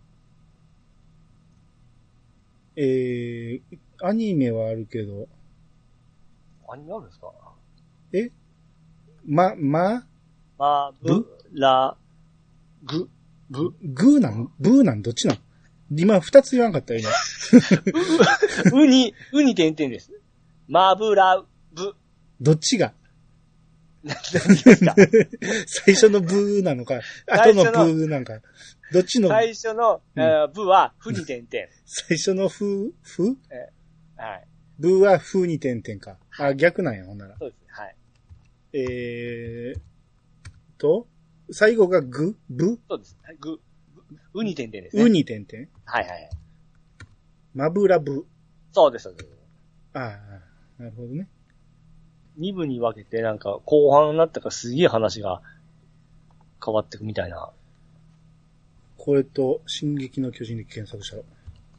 えー、アニメはあるけど。 アニメあるんですか？ え？ま、ま？ ま、ぶ、ら、ぐ、ぶ。 ぐーなん？ブーなん？どっちなん？今二つ言わんかったよ、今。 う、うに、うに点々です。まぶら、ぶ。 どっちが？ 何ですか？ 最初のブーなのか、後のブーなんか。どっちの？ 最初の、うん、ブは、ふに点々。 最初のふ、ふ？ えはい。 ブーはふに点々か。あ、逆なんや、ほんなら。 そうですね、はい。 えーと、最後がぐ、ぶ？ そうです。ぐ、うに点々ですね。うに点々？ はいはい。 まぶらぶ。 そうです、そうです。 ああ、なるほどね。 二部に分けて、なんか、後半になったからすげえ話が変わっていくみたいな。 これと、進撃の巨人で検索したら。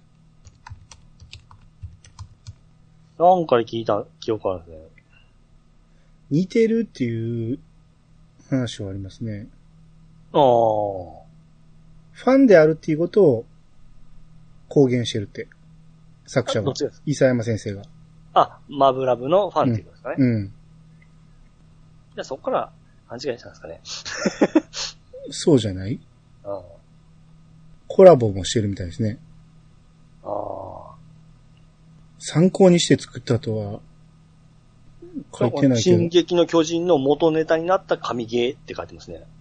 なんかで聞いた記憶あるんですね。 似てるっていう話はありますね。 ああ。 ファンであるっていうことを公言してるって。作者が。伊佐山先生が。 あ、マブラブのファンっていうことですかね。 うん。うん、 じゃあそっから勘違いしたんですかね。 そうじゃない？ ああ。 コラボもしてるみたいですね。 ああ。 参考にして作ったとは書いてないけど。 進撃の巨人の元ネタになった神ゲーって書いてますね。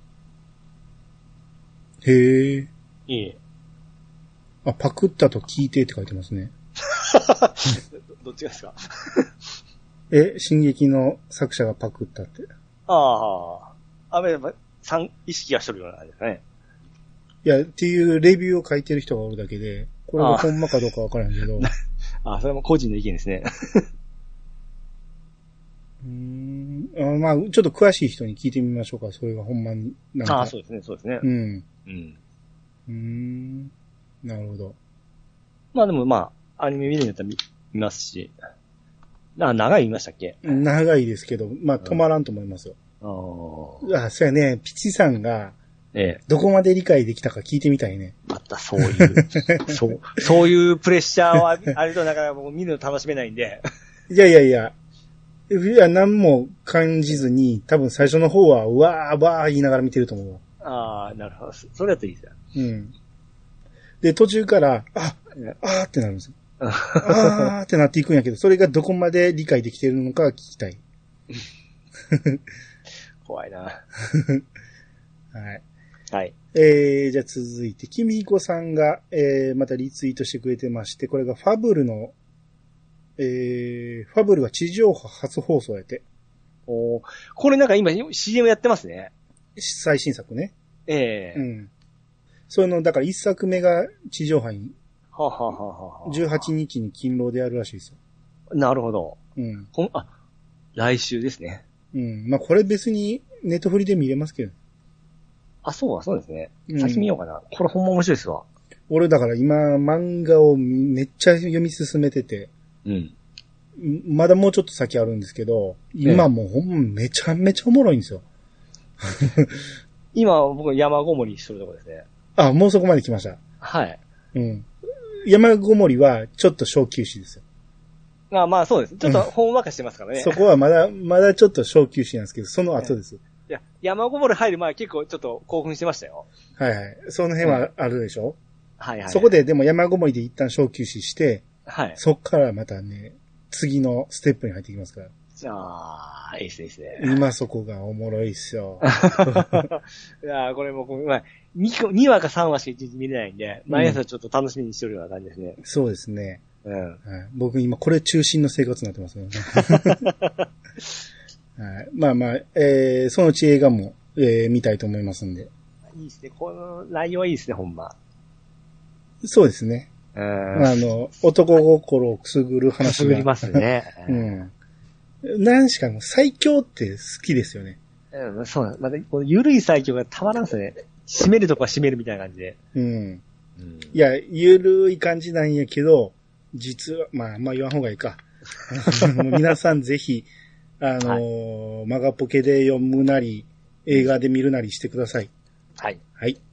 へえ。 いい。 あ、パクったと聞いてって書いてますね。 どっちがですか？ え、進撃の作者がパクったって。 ああ。あ、べ、三、意識がしとるような感じですね。 いや、っていうレビューを書いてる人がおるだけで、これがほんまかどうかわからんけど。 ああ、それも個人の意見ですね。 うーんあまあ、ちょっと詳しい人に聞いてみましょうか。それがほんまになんか。 ああ、そうですね、そうですね。 うん。 うん。 うーん。なるほど。 まあでもまあ、アニメ見るんだったら見ますし。あ、長い言いましたっけ？ 長いですけど、まあ止まらんと思いますよ。 うん、ああ、そうやね。ピチさんが、 ええ。 どこまで理解できたか聞いてみたいね。 またそういう、そう、そういうプレッシャーはあるとなかなか僕見るの楽しめないんで。 いやいやいや。いや、何も感じずに、多分最初の方は、うわー、わー言いながら見てると思うわ。 ああ、なるほど。それだといいですよ。 うん。で、途中から、あ、あーってなるんですよ。あーってなっていくんやけど、それがどこまで理解できているのか聞きたい。 怖いな。はい。はい。 えー、じゃあ続いて、きみひこさんが、えー、またリツイートしてくれてまして、これがファブルの、えー、ファブルは地上波初放送やて。 おー、これなんか今 シーエム やってますね。 最新作ね。 ええー。 うん。それの、だから一作目が地上波に、 ははははじゅうはちにちに勤労でやるらしいですよ。 なるほど。 うん。 ほん、あ、来週ですね。 うん。まあ、これ別にネットフリで見れますけど。 あ、そうはそうですね。先見ようかな。うん、これほんま面白いですわ。 俺だから今漫画をめっちゃ読み進めてて。 うん。 まだもうちょっと先あるんですけど、今もうほんまめちゃめちゃおもろいんですよ。 今僕山ごもりしてるところですね。 あ、もうそこまで来ました。 はい。 うん。山ごもりはちょっと小休止ですよ。 あ、まあそうです。ちょっとほんわかしてますからね。 そこはまだ、まだちょっと小休止なんですけど、その後です。 山ごもり入る前結構ちょっと興奮してましたよ。 はいはい。その辺はあるでしょ、うん、 はいはい、はい。 そこででも山ごもりで一旦小休止して、 はい。 そっからまたね、次のステップに入ってきますから。 ああ、いいっすね、いいっすね。 今そこがおもろいっすよ。 いやこれもう、まあ、に, にわかさんわしか一日見れないんで、毎朝ちょっと楽しみにしてるような感じですね。 そうですね。 うん。 はい、僕今これ中心の生活になってますよね。はい、まあまあ、えー、そのうち映画も、えー、見たいと思いますんで。 いいですね。この内容はいいですね、ほんま。 そうですね。 うん。 あの、男心をくすぐる話が。くすぐりますね。 うん。何しかも最強って好きですよね。 うん、そうなんまだ、この緩い最強がたまらんすね。締めるとこは締めるみたいな感じで。 うん。うん、いや、緩い感じなんやけど、実は、まあ、まあ言わん方がいいか。皆さんぜひ、あのーはい、マガポケで読むなり、映画で見るなりしてください。 はい。 はい。